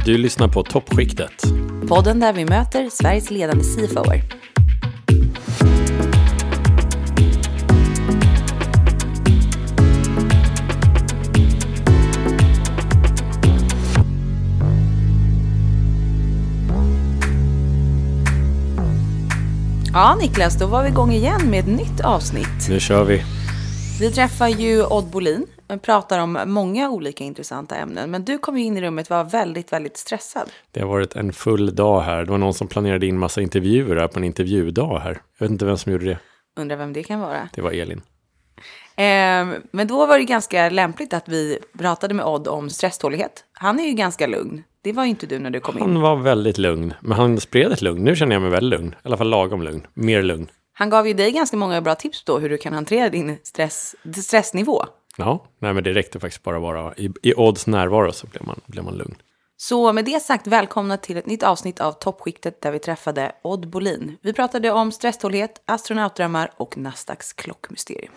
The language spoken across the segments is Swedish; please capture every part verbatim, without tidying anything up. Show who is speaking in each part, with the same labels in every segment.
Speaker 1: Du lyssnar på Toppskiktet.
Speaker 2: Podden där vi möter Sveriges ledande C F O:er. Ja, Niklas, då var vi igång igen med ett nytt avsnitt.
Speaker 1: Nu kör vi.
Speaker 2: Vi träffar ju Odd Bolin och pratar om många olika intressanta ämnen. Men du kom ju in i rummet och var väldigt, väldigt stressad. Det
Speaker 1: har varit en full dag här. Det var någon som planerade in massa intervjuer här på en intervjudag här. Jag vet inte vem som gjorde det.
Speaker 2: Undrar vem det kan vara.
Speaker 1: Det var Elin.
Speaker 2: Eh, men då var det ganska lämpligt att vi pratade med Odd om stresstålighet. Han är ju ganska lugn. Det var ju inte du när du kom in.
Speaker 1: Han var väldigt lugn. Men han spred ett lugn. Nu känner jag mig väldigt lugn. I alla fall lagom lugn. Mer lugn.
Speaker 2: Han gav ju dig ganska många bra tips då hur du kan hantera din stress, stressnivå.
Speaker 1: Ja, nej, men det räckte faktiskt bara vara i, i Odds närvaro så blev man, blev man lugn.
Speaker 2: Så med det sagt, välkomna till ett nytt avsnitt av Toppskiktet där vi träffade Odd Bolin. Vi pratade om stresstålighet, astronautdrömmar och Nasdaqs klockmysterium.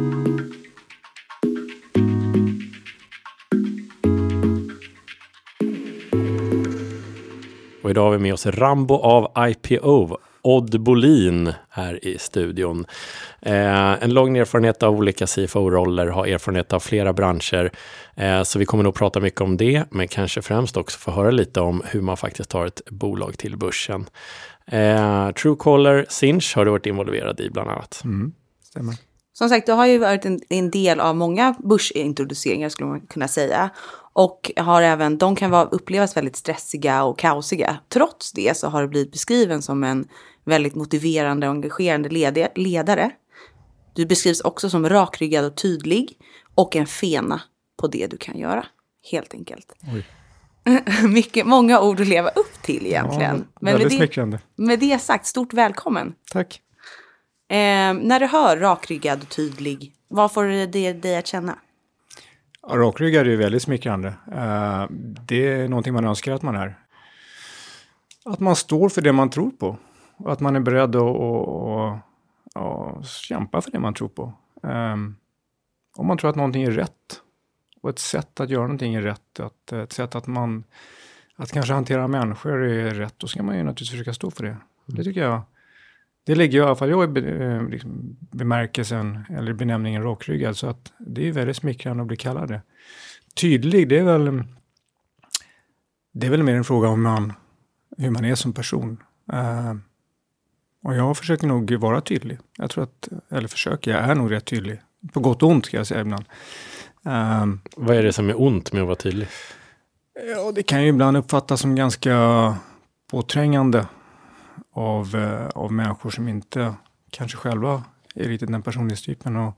Speaker 1: Och idag har vi med oss Rambo av I P O. Odd Bolin här i studion. Eh, en lång erfarenhet av olika C F O-roller, har erfarenhet av flera branscher. Eh, så vi kommer nog prata mycket om det, men kanske främst också få höra lite om hur man faktiskt tar ett bolag till börsen. Eh, Truecaller, Sinch har du varit involverad i bland annat.
Speaker 3: Mm, stämmer.
Speaker 2: Som sagt, du har ju varit en, en del av många börsintroduceringar skulle man kunna säga. Och har även, de kan vara, upplevas väldigt stressiga och kaosiga. Trots det så har det blivit beskriven som en väldigt motiverande och engagerande led- ledare. Du beskrivs också som rakryggad och tydlig. Och en fena på det du kan göra. Helt enkelt.
Speaker 3: Oj.
Speaker 2: Mycket, många ord att leva upp till egentligen.
Speaker 3: Ja,
Speaker 2: Men
Speaker 3: väldigt
Speaker 2: med
Speaker 3: smickrande.
Speaker 2: det, med det sagt, stort välkommen.
Speaker 3: Tack.
Speaker 2: Eh, när du hör rakryggad och tydlig, vad får det dig att känna?
Speaker 3: Ja, rakryggad är ju väldigt smickrande. Uh, det är någonting man önskar att man är. Att man står för det man tror på. Och att man är beredd att och, och, och kämpa för det man tror på. Um, om man tror att någonting är rätt. Och ett sätt att göra någonting är rätt. Att, ett sätt att man att kanske hantera människor är rätt. Då ska man ju naturligtvis försöka stå för det. Det tycker jag. Det ligger i alla fall jag i be, liksom bemärkelsen eller benämningen rakryggad, så att det är väldigt smickrande att bli kallad det. Tydlig, det är väl det är väl mer en fråga om man, hur man är som person. Uh, och jag försöker nog vara tydlig. Jag tror att, eller försöker, jag är nog rätt tydlig. På gott och ont ska jag säga ibland. Uh,
Speaker 1: Vad är det som är ont med att vara tydlig?
Speaker 3: Ja, det kan ju ibland uppfattas som ganska påträngande. Av, eh, av människor som inte kanske själva är riktigt den personlighetstypen. Och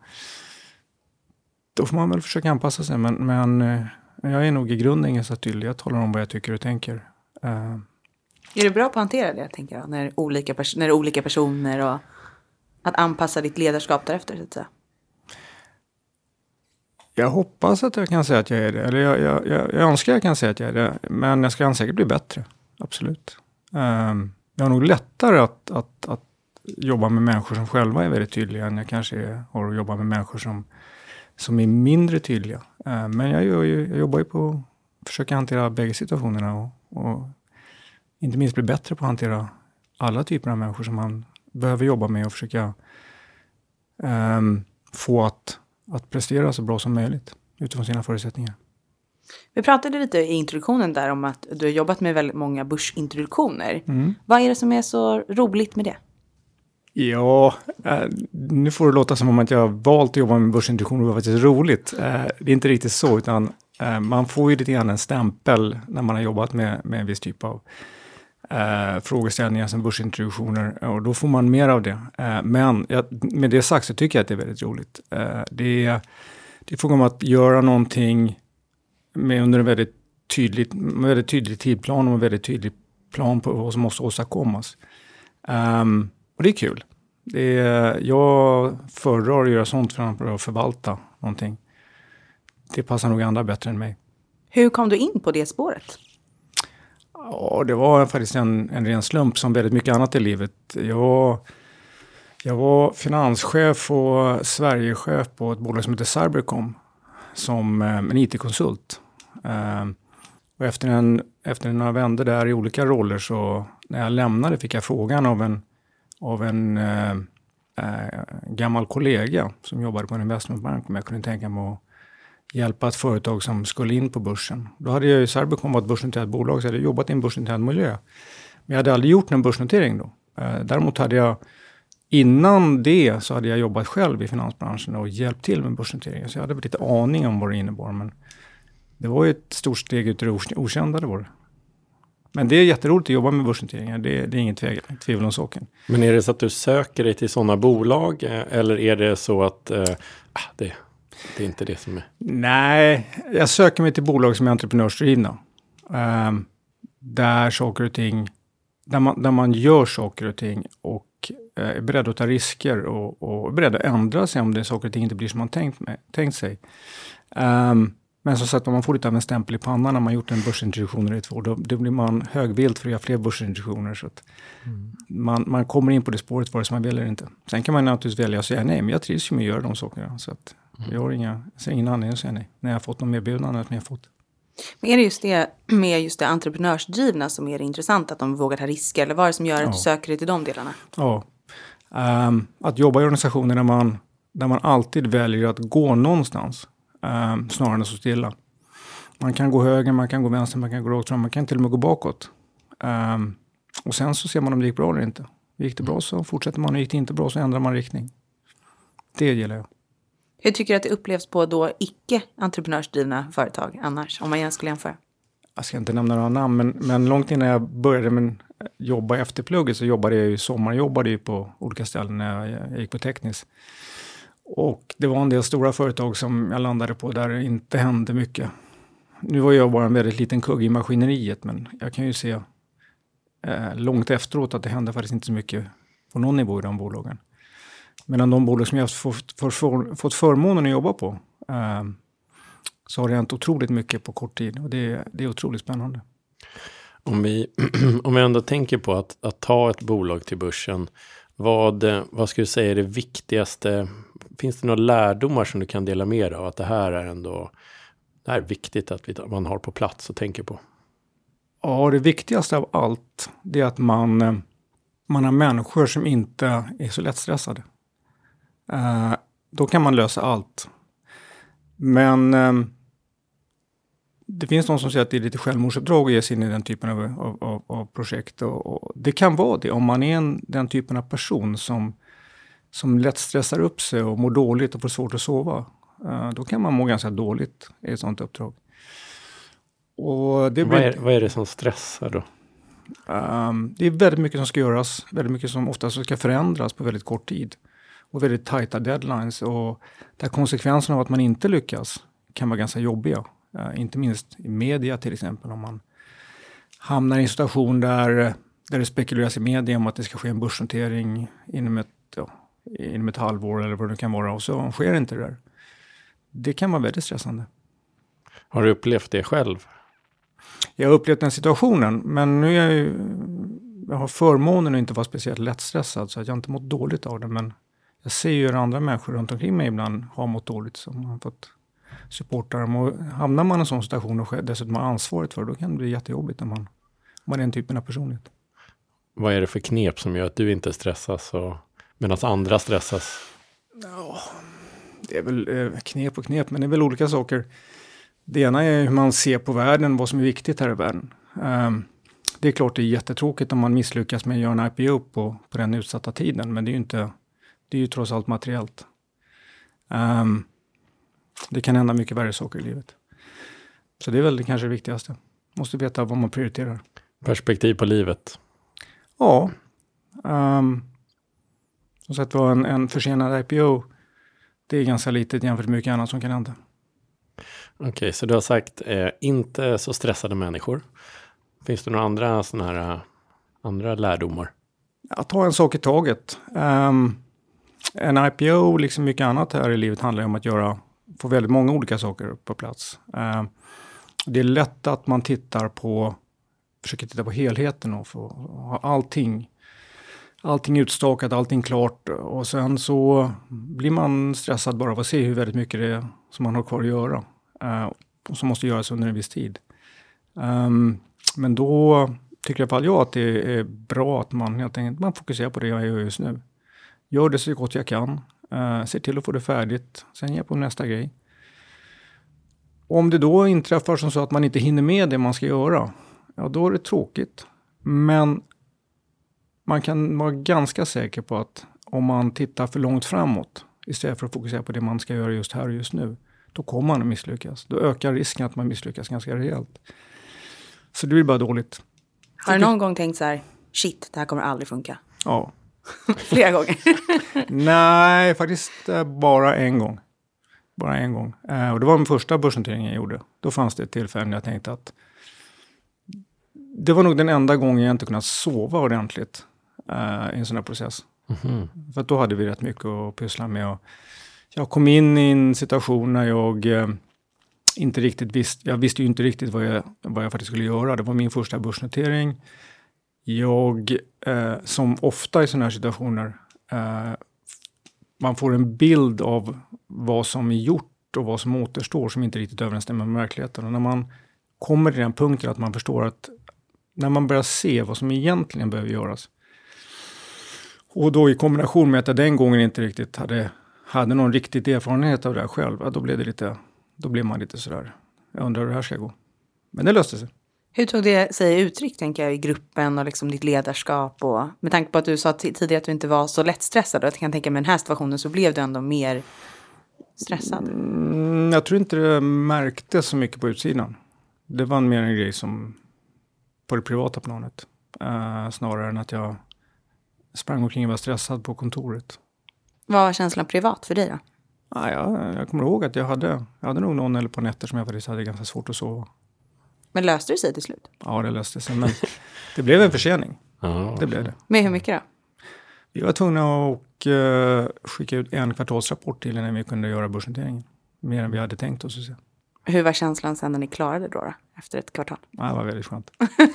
Speaker 3: då får man väl försöka anpassa sig. Men, men eh, jag är nog i grunden ganska tydlig. Jag talar om vad jag tycker och tänker. Uh,
Speaker 2: är du bra på att hantera det, tänker jag? När, olika pers- när det är olika personer och att anpassa ditt ledarskap därefter, så att säga. Jag
Speaker 3: hoppas att jag kan säga att jag är det. Eller jag, jag, jag, jag önskar att jag kan säga att jag är det. Men jag ska säkert bli bättre. Absolut. Um, Jag har nog lättare att, att, att jobba med människor som själva är väldigt tydliga än jag kanske är, har att jobba med människor som, som är mindre tydliga. Uh, men jag, gör ju, jag jobbar ju på att försöka hantera bägge situationerna och, och inte minst bli bättre på att hantera alla typer av människor som man behöver jobba med och försöka um, få att, att prestera så bra som möjligt utifrån sina förutsättningar.
Speaker 2: Vi pratade lite i introduktionen där om att du har jobbat med väldigt många börsintroduktioner.
Speaker 3: Mm.
Speaker 2: Vad är det som är så roligt med det?
Speaker 3: Ja, äh, nu får det låta som om att jag har valt att jobba med börsintroduktioner och det var faktiskt roligt. Äh, det är inte riktigt så, utan äh, man får ju lite grann en stämpel när man har jobbat med, med en viss typ av äh, frågeställningar som börsintroduktioner, och då får man mer av det. Äh, men ja, med det sagt så tycker jag att det är väldigt roligt. Äh, det, är, det är fråga om att göra någonting med under en väldigt tydlig, väldigt tydlig tidplan och en väldigt tydlig plan på vad som måste åstadkommas. Um, och det är kul. Det är, jag föredrar att göra sånt för att förvalta någonting. Det passar nog andra bättre än mig.
Speaker 2: Hur kom du in på det spåret?
Speaker 3: Ja, det var faktiskt en, en ren slump som väldigt mycket annat i livet. Jag, jag var finanschef och Sverigechef på ett bolag som heter Cybercom som en I T-konsult. Uh, Och efter, en, efter några vändor där i olika roller så när jag lämnade fick jag frågan av en, av en eh, eh, gammal kollega som jobbade på en investmentbank om jag kunde tänka mig att hjälpa ett företag som skulle in på börsen. Då hade jag ju Cybercom varit ett börsnoterat bolag så jag hade jobbat i en börsnoterad miljö. Men jag hade aldrig gjort en börsnotering då. Eh, däremot hade jag innan det så hade jag jobbat själv i finansbranschen och hjälpt till med börsnoteringen. Så jag hade lite aning om vad det innebar. Men det var ju ett stort steg ut i det okända det var det. Men det är jätteroligt att jobba med börsnoteringar. Det, det är inget tvivel, tvivel om saken.
Speaker 1: Men är det så att du söker dig till sådana bolag eller är det så att eh, det, det är inte det som är?
Speaker 3: Nej, jag söker mig till bolag som är entreprenörsdrivna. Eh, där saker och ting, där man, där man gör saker och ting och eh, är beredd att ta risker och, och är beredd att ändra sig om det saker och ting inte blir som man tänkt, med, tänkt sig. Um, Men som sagt, om man får lite av en stämpel i pannan när man gjort en börsintroduktion eller två, då, då blir man högvilt för att göra fler börsintroduktioner. Så att mm. man, man kommer in på det spåret vare sig man vill eller inte. Sen kan man naturligtvis välja att säga nej, men jag trivs ju med att göra de sakerna. Så att mm. jag har inga, jag ser ingen anledning att säga nej när jag har fått någon erbjudande att jag har fått.
Speaker 2: Men är det just det med just det entreprenörsdrivna som är det intressant att de vågar ta risker? Eller vad är det som gör att ja. du söker dig till de delarna?
Speaker 3: Ja, um, att jobba i organisationer där man, där man alltid väljer att gå någonstans. Um, snarare än att stå stilla. Man kan gå höger, man kan gå vänster, man kan gå rakt fram, man kan till och med gå bakåt. Um, och sen så ser man om det gick bra eller inte. Gick det bra så fortsätter man, och gick det inte bra så ändrar man riktning. Det gillar jag.
Speaker 2: Hur tycker du att det upplevs på då icke-entreprenörsdrivna företag annars, om man igen skulle jämföra?
Speaker 3: Jag ska inte nämna några namn, men, men långt innan jag började med jobba efter plugget så jobbade jag ju sommarjobbade ju på olika ställen när jag, jag gick på tekniskt. Och det var en del stora företag som jag landade på där det inte hände mycket. Nu var jag bara en väldigt liten kugg i maskineriet, men jag kan ju se eh, långt efteråt att det hände faktiskt inte så mycket på någon nivå i de bolagen. Medan de bolag som jag har fått, för, för, fått förmånen att jobba på eh, så har det hänt otroligt mycket på kort tid och det, det är otroligt spännande.
Speaker 1: Om vi, om vi ändå tänker på att, att ta ett bolag till börsen, vad, vad skulle du säga är det viktigaste? Finns det några lärdomar som du kan dela med dig av att det här är ändå det här är viktigt att vi, man har på plats och tänker på?
Speaker 3: Ja, det viktigaste av allt det är att man, man har människor som inte är så lättstressade. Eh, då kan man lösa allt. Men eh, det finns någon som säger att det är lite självmordsuppdrag att ge sig in i den typen av, av, av, av projekt. Och, och det kan vara det om man är en, den typen av person som, som lätt stressar upp sig och mår dåligt och får svårt att sova. Uh, då kan man må ganska dåligt i ett sånt uppdrag. Och det blir,
Speaker 1: vad, är, vad är det som stressar då?
Speaker 3: Um, det är väldigt mycket som ska göras. Väldigt mycket som ofta ska förändras på väldigt kort tid. Och väldigt tajta deadlines. Och där konsekvenserna av att man inte lyckas kan vara ganska jobbiga. Uh, inte minst i media till exempel. Om man hamnar i en situation där, där det spekuleras i media om att det ska ske en börsnotering inom ett, ja, inom ett halvår eller vad det kan vara. Och så sker inte det där. Det kan vara väldigt stressande.
Speaker 1: Har du upplevt det själv?
Speaker 3: Jag har upplevt den situationen. Men nu är jag ju, jag har förmånen att inte vara speciellt lättstressad. Så att jag inte mått dåligt av det. Men jag ser ju hur andra människor runt omkring mig ibland har mått dåligt. Som har fått supporta dem. Och hamnar man i en sån situation och dessutom har ansvaret för det. Då kan det bli jättejobbigt när man, om man är den typen av personlighet.
Speaker 1: Vad är det för knep som gör att du inte stressas och medan andra stressas?
Speaker 3: Ja, det är väl eh, knep och knep. Men det är väl olika saker. Det ena är hur man ser på världen. Vad som är viktigt här i världen. Um, det är klart det är jättetråkigt om man misslyckas med att göra en I P O på, på den utsatta tiden. Men det är ju inte, det är ju trots allt materiellt. Um, det kan hända mycket värre saker i livet. Så det är väl det kanske det viktigaste. Måste veta vad man prioriterar.
Speaker 1: Perspektiv på livet.
Speaker 3: Ja. Um, så att vara en, en försenad I P O. Det är ganska litet jämfört med mycket annat som kan hända.
Speaker 1: Okej, okay, så du har sagt eh, inte så stressade människor. Finns det några andra såna här uh, andra lärdomar?
Speaker 3: Att ta en sak i taget. Um, en I P O, liksom mycket annat här i livet, handlar om att göra, få väldigt många olika saker på plats. Um, det är lätt att man tittar på, försöker titta på helheten och få ha allting, allting utstakat, allting klart. Och sen så blir man stressad bara av att se hur väldigt mycket det är som man har kvar att göra. Uh, och som måste göras under en viss tid. Um, men då tycker i alla fall jag att det är bra att man helt enkelt man fokuserar på det jag gör just nu. Gör det så gott jag kan. Uh, se till att få det färdigt. Sen ger jag på nästa grej. Om det då inträffar som så att man inte hinner med det man ska göra. Ja, då är det tråkigt. Men man kan vara ganska säker på att om man tittar för långt framåt istället för att fokusera på det man ska göra just här och just nu, då kommer man att misslyckas. Då ökar risken att man misslyckas ganska rejält. Så det blir bara dåligt.
Speaker 2: Har du någon gång tänkt så här, shit, det här kommer aldrig funka?
Speaker 3: Ja.
Speaker 2: Flera gånger?
Speaker 3: Nej, faktiskt eh, bara en gång. Bara en gång. Eh, och det var min första börsnotering jag gjorde. Då fanns det ett tillfälle när jag tänkte att det var nog den enda gången jag inte kunnat sova ordentligt eh, i en sån här process. Mm-hmm. För att då hade vi rätt mycket att pyssla med. Och jag kom in i en situation när jag eh, inte riktigt visste, jag visste ju inte riktigt vad jag, vad jag faktiskt skulle göra. Det var min första börsnotering. Jag, eh, som ofta i sådana här situationer, eh, man får en bild av vad som är gjort och vad som återstår som inte riktigt överensstämmer med verkligheten. Och när man kommer till den punkten att man förstår att när man börjar se vad som egentligen behöver göras. Och då i kombination med att jag den gången inte riktigt hade, hade någon riktigt erfarenhet av det här själv. Ja, då blev det lite, då blev man lite sådär. Jag undrar hur det här ska gå. Men det löste sig.
Speaker 2: Hur tog det sig uttryck, tänker jag, i gruppen och liksom ditt ledarskap? Och med tanke på att du sa t- tidigare att du inte var så lättstressad. Och jag kan tänka mig den här situationen så blev du ändå mer stressad.
Speaker 3: Mm, jag tror inte det märktes så mycket på utsidan. Det var mer en grej som på det privata planet. Uh, snarare än att jag sprang omkring och var stressad på kontoret.
Speaker 2: Vad var känslan privat för dig då?
Speaker 3: Ah, ja, jag kommer ihåg att jag hade, jag hade nog någon eller på nätter som jag faktiskt hade ganska svårt att sova.
Speaker 2: Men löste det sig till slut?
Speaker 3: Ja, det löste sig. Men det blev en försening.
Speaker 1: Oh.
Speaker 3: Det blev det.
Speaker 2: Med hur mycket då?
Speaker 3: Vi var tvungna att uh, skicka ut en kvartalsrapport till innan vi kunde göra börsnoteringen. Mer än vi hade tänkt oss att se.
Speaker 2: Hur var känslan sen när ni klarade då, då efter ett kvartal?
Speaker 3: Ja, det var väldigt skönt.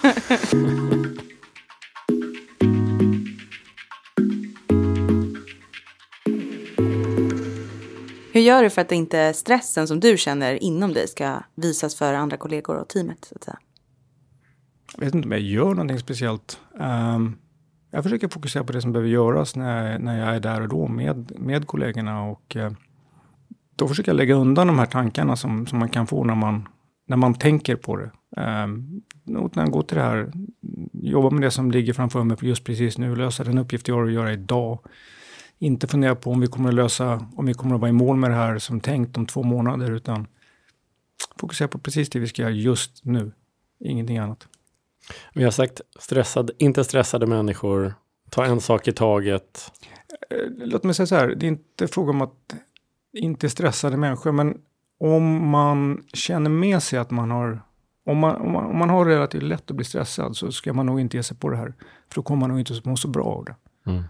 Speaker 2: Hur gör du för att inte stressen som du känner inom dig ska visas för andra kollegor och teamet, så att säga?
Speaker 3: Jag vet inte om jag gör någonting speciellt. Um, jag försöker fokusera på det som behöver göras när, när jag är där och då med, med kollegorna. Och uh, då försöker jag lägga undan de här tankarna som, som man kan få när man, när man tänker på det. Um, när jag går till det här, jobba med det som ligger framför mig just precis nu. Lösa den uppgift jag har att göra idag. Inte fundera på om vi kommer att lösa, om vi kommer att vara i mål med det här som tänkt om två månader, utan fokusera på precis det vi ska göra just nu. Ingenting annat.
Speaker 1: Vi har sagt stressad, inte stressade människor. Ta en sak i taget.
Speaker 3: Låt mig säga så här, det är inte fråga om att inte stressade människor, men om man känner med sig att man har, om man, om man, om man har relativt lätt att bli stressad, så ska man nog inte ge sig på det här. För då kommer man nog inte må så bra av det. Mm.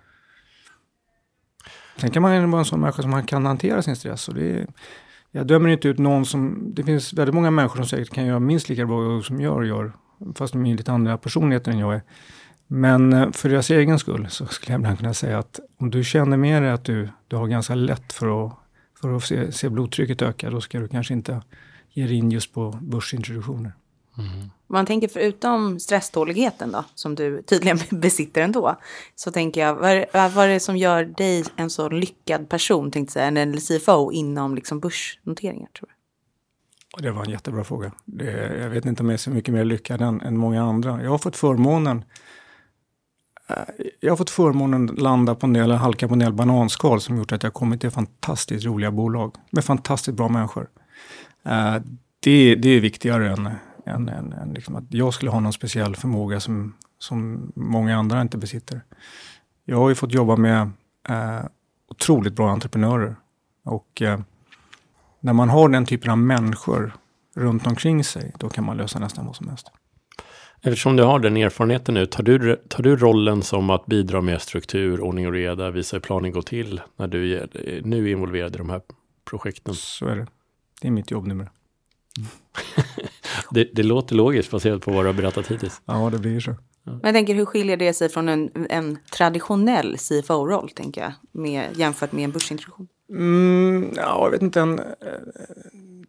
Speaker 3: Sen kan man vara en sån människa som man kan hantera sin stress. Och det är, jag dömer inte ut någon som, det finns väldigt många människor som säkert kan göra minst lika bra som jag gör. Fast de är lite andra personligheter än jag är. Men för deras egen skull så skulle jag ibland kunna säga att om du känner med dig att du, du har ganska lätt för att, för att se, se blodtrycket öka, då ska du kanske inte ge dig in just på börsintroduktioner.
Speaker 2: Mm. Man tänker förutom stresståligheten då, som du tydligen besitter ändå, så tänker jag, vad är, vad är det som gör dig en så lyckad person, tänkte säga, en C F O inom liksom börsnoteringar, tror jag?
Speaker 3: Det var en jättebra fråga. Det, jag vet inte om jag är så mycket mer lyckad än, än många andra. Jag har fått förmånen jag har fått förmånen landa på en del, halka på en del bananskal som gjort att jag kommit till fantastiskt roliga bolag med fantastiskt bra människor. Det, det är viktigare än Än, än, än liksom att jag skulle ha någon speciell förmåga som, som många andra inte besitter. Jag har ju fått jobba med eh, otroligt bra entreprenörer. Och eh, när man har den typen av människor runt omkring sig, då kan man lösa nästan vad som helst.
Speaker 1: Eftersom du har den erfarenheten nu, tar du, tar du rollen som att bidra med struktur, ordning och reda, visa hur planen går till när du är nu är involverad i de här projekten?
Speaker 3: Så är det. Det är mitt jobbnummer.
Speaker 1: Mm. det, det låter logiskt baserat på vad du har berättat hittills.
Speaker 3: Ja, det blir så.
Speaker 2: Men jag tänker, hur skiljer det sig från en, en traditionell C F O-roll, tänker jag, med, jämfört med en börsintroduktion?
Speaker 3: Mm, ja, jag vet inte. En,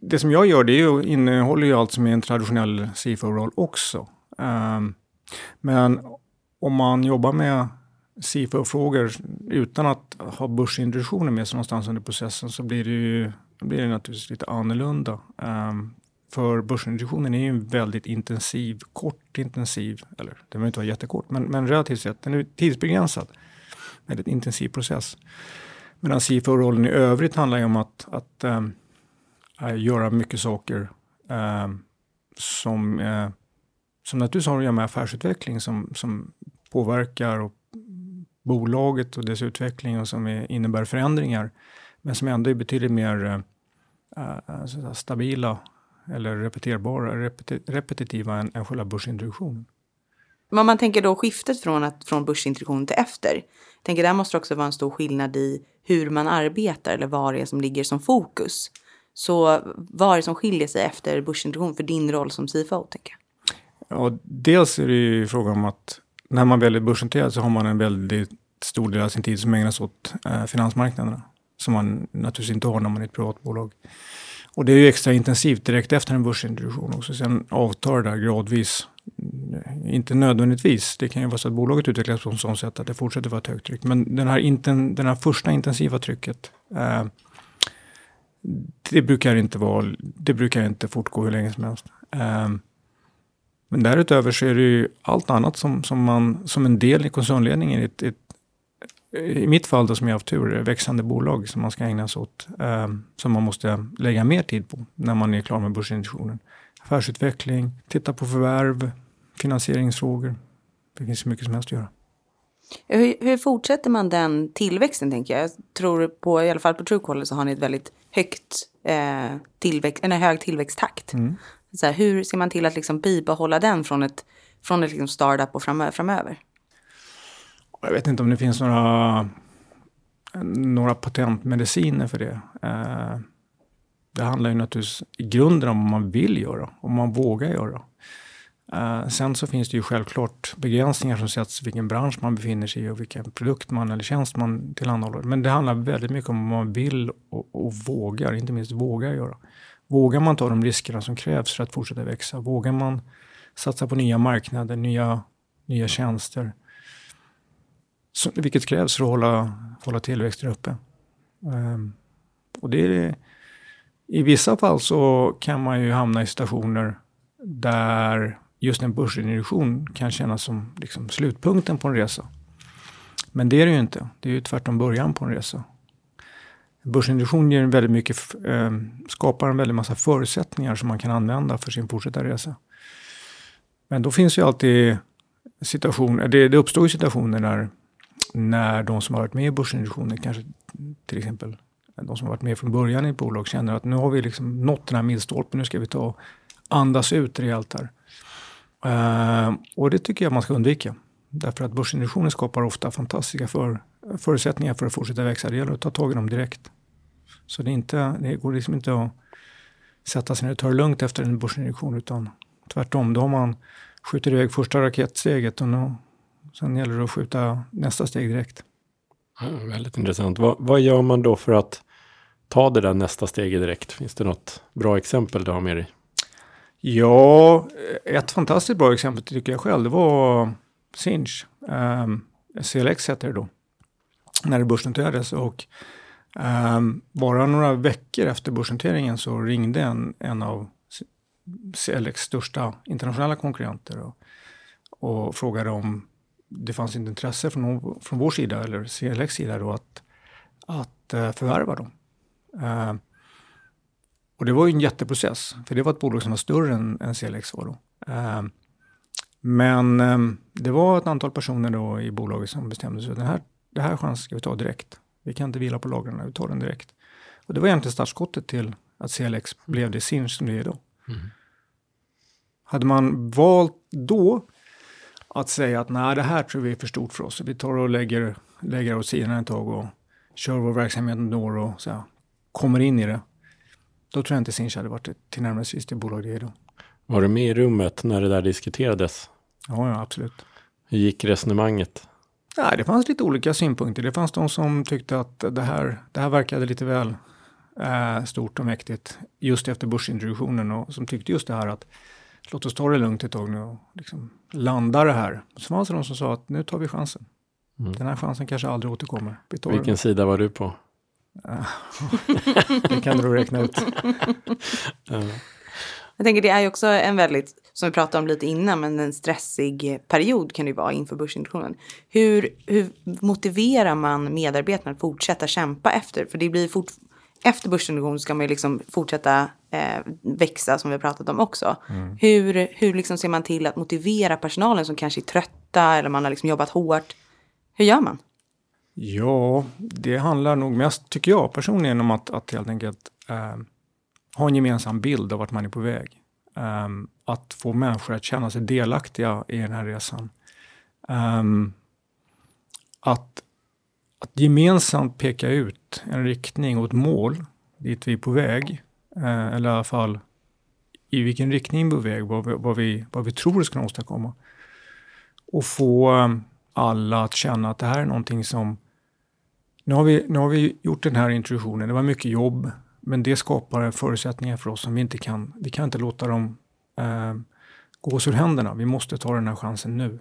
Speaker 3: det som jag gör, det är ju, innehåller ju allt som är en traditionell C F O-roll också. Um, men om man jobbar med C F O-frågor utan att ha börsintroduktioner med sig någonstans under processen, så blir det ju blir det naturligtvis lite annorlunda. Um, för börsintroduktionen är ju en väldigt intensiv, kort intensiv, eller det behöver inte vara jättekort, men, men relativt sett, den är tidsbegränsad. Väldigt intensiv process. Medan C F O-rollen i övrigt handlar ju om att, att um, göra mycket saker um, som, uh, som naturligtvis har att göra med affärsutveckling, som, som påverkar och bolaget och dess utveckling och som är, innebär förändringar, men som ändå är betydligt mer uh, stabila eller repeterbara, repeti- repetitiva än, än själva börsintroduktionen.
Speaker 2: Men om man tänker då skiftet från, att, från börsintroduktion till efter, jag tänker där måste också vara en stor skillnad i hur man arbetar eller vad det är som ligger som fokus. Så vad är det som skiljer sig efter börsintroduktion för din roll som C F O, tänker jag?
Speaker 3: Ja, dels är det ju fråga om att när man väljer börsnoterad så har man en väldigt stor del av sin tid som ägnas åt eh, finansmarknaderna. Som man naturligtvis inte har när man är ett privatbolag. Och det är ju extra intensivt direkt efter en börsintroduktion också. Sen avtar det där gradvis. Inte nödvändigtvis. Det kan ju vara så att bolaget utvecklas på ett sådant sätt att det fortsätter vara ett högt tryck. Men den här, inten, den här första intensiva trycket, eh, det brukar inte vara, det brukar inte fortgå hur länge som helst. Eh, men därutöver så är det ju allt annat som, som, man, som en del i koncernledningen i ett, ett, i mitt fall då som jag har haft tur, växande bolag som man ska ägna sig åt, eh, som man måste lägga mer tid på när man är klar med börsintroduktionen. Affärsutveckling, titta på förvärv, finansieringsfrågor. Det finns så mycket som helst att göra.
Speaker 2: Hur, hur fortsätter man den tillväxten, tänker jag? Jag tror på, i alla fall på Truecaller så har ni ett väldigt högt eh, tillväxt, en hög tillväxttakt. Mm. Så här, hur ser man till att liksom bibehålla den från ett, från ett liksom startup och framöver, framöver?
Speaker 3: Jag vet inte om det finns några, några patentmediciner för det. Eh, det handlar ju naturligtvis i grunden om vad man vill göra, om man vågar göra. Uh, sen så finns det ju självklart begränsningar som sätts vilken bransch man befinner sig i och vilken produkt man eller tjänst man tillhandahåller. Men det handlar väldigt mycket om vad man vill och, och vågar, inte minst vågar göra. Vågar man ta de riskerna som krävs för att fortsätta växa? Vågar man satsa på nya marknader, nya, nya tjänster? Så, vilket krävs för att hålla, hålla tillväxten uppe. Um, och det är, i vissa fall så kan man ju hamna i situationer där just en börsintroduktion kan kännas som liksom slutpunkten på en resa. Men det är det ju inte. Det är ju tvärtom början på en resa. Börsintroduktion ger väldigt mycket, eh, skapar en väldigt massa förutsättningar som man kan använda för sin fortsatta resa. Men då finns ju alltid situationer, det, det uppstår ju situationer där när de som har varit med i börsintroduktionen, kanske till exempel de som har varit med från början i ett bolag, känner att nu har vi liksom nått den här milstolpen, nu ska vi ta andas ut rejält här. Uh, och det tycker jag man ska undvika. Därför att börsintroduktionen skapar ofta fantastiska för, förutsättningar för att fortsätta växa. Det gäller att ta tag i dem direkt. Så det, är inte, det går liksom inte att sätta sig ner och ta det lugnt efter en börsintroduktion, utan tvärtom. Då har man skjutit iväg första raketsteget och nu, sen gäller det att skjuta nästa steg direkt.
Speaker 1: Ja, väldigt intressant. Vad, vad gör man då för att ta det där nästa steget direkt? Finns det något bra exempel du har med dig?
Speaker 3: Ja, ett fantastiskt bra exempel tycker jag själv, det var Sinch. Um, C L X heter det då, när det börsnoterades. Och um, bara några veckor efter börsnoteringen så ringde en, en av C L X största internationella konkurrenter och, och frågade om det fanns inte intresse från, från vår sida eller C L X sida då att, att uh, förvärva dem. Uh, Och det var ju en jätteprocess, för det var ett bolag som var större än, än C L X var då. Uh, men um, det var ett antal personer då i bolaget som bestämde sig att den här, det här chansen ska vi ta direkt. Vi kan inte vila på lagren, vi tar den direkt. Och det var egentligen startskottet till att C L X blev det Sinch som det är då. Mm. Hade man valt då att säga att nej, det här tror vi är för stort för oss. Vi tar och lägger, lägger åt sidan ett tag och kör vår verksamhet några år och så här, kommer in i det. Då tror jag inte Sinch hade varit till närmast det bolag det är då.
Speaker 1: Var du med i rummet när det där diskuterades?
Speaker 3: Ja, ja, absolut.
Speaker 1: Hur gick resonemanget?
Speaker 3: Ja, det fanns lite olika synpunkter. Det fanns de som tyckte att det här, det här verkade lite väl, eh, stort och mäktigt just efter börsintroduktionen och som tyckte just det här att låt oss ta det lugnt ett tag nu och liksom landa det här. Så fanns det någon som sa att nu tar vi chansen. Mm. Den här chansen kanske aldrig återkommer.
Speaker 1: Vilken den. Sida var du på?
Speaker 3: Det kan du räkna ut.
Speaker 1: uh.
Speaker 2: Jag tänker det är ju också en väldigt, som vi pratade om lite innan, men en stressig period kan det ju vara inför börsintroduktionen. Hur, hur motiverar man medarbetarna att fortsätta kämpa efter? För det blir fort, efter börsintroduktion ska man ju liksom fortsätta eh, växa som vi har pratat om också. Mm. Hur, hur liksom ser man till att motivera personalen som kanske är trötta eller man har liksom jobbat hårt? Hur gör man?
Speaker 3: Ja, det handlar nog mest, tycker jag personligen, om att, att helt enkelt eh, ha en gemensam bild av vart man är på väg. Um, att få människor att känna sig delaktiga i den här resan. Um, att, att gemensamt peka ut en riktning och ett mål dit vi är på väg. Uh, eller i alla fall i vilken riktning vi är på väg. Vad vi, vad vi, vad vi tror det ska åstadkomma. Och få um, alla att känna att det här är någonting som... Nu har vi, nu har vi gjort den här introduktionen. Det var mycket jobb. Men det skapar förutsättningar för oss som vi inte kan. Vi kan inte låta dem eh, gå oss ur händerna. Vi måste ta den här chansen nu.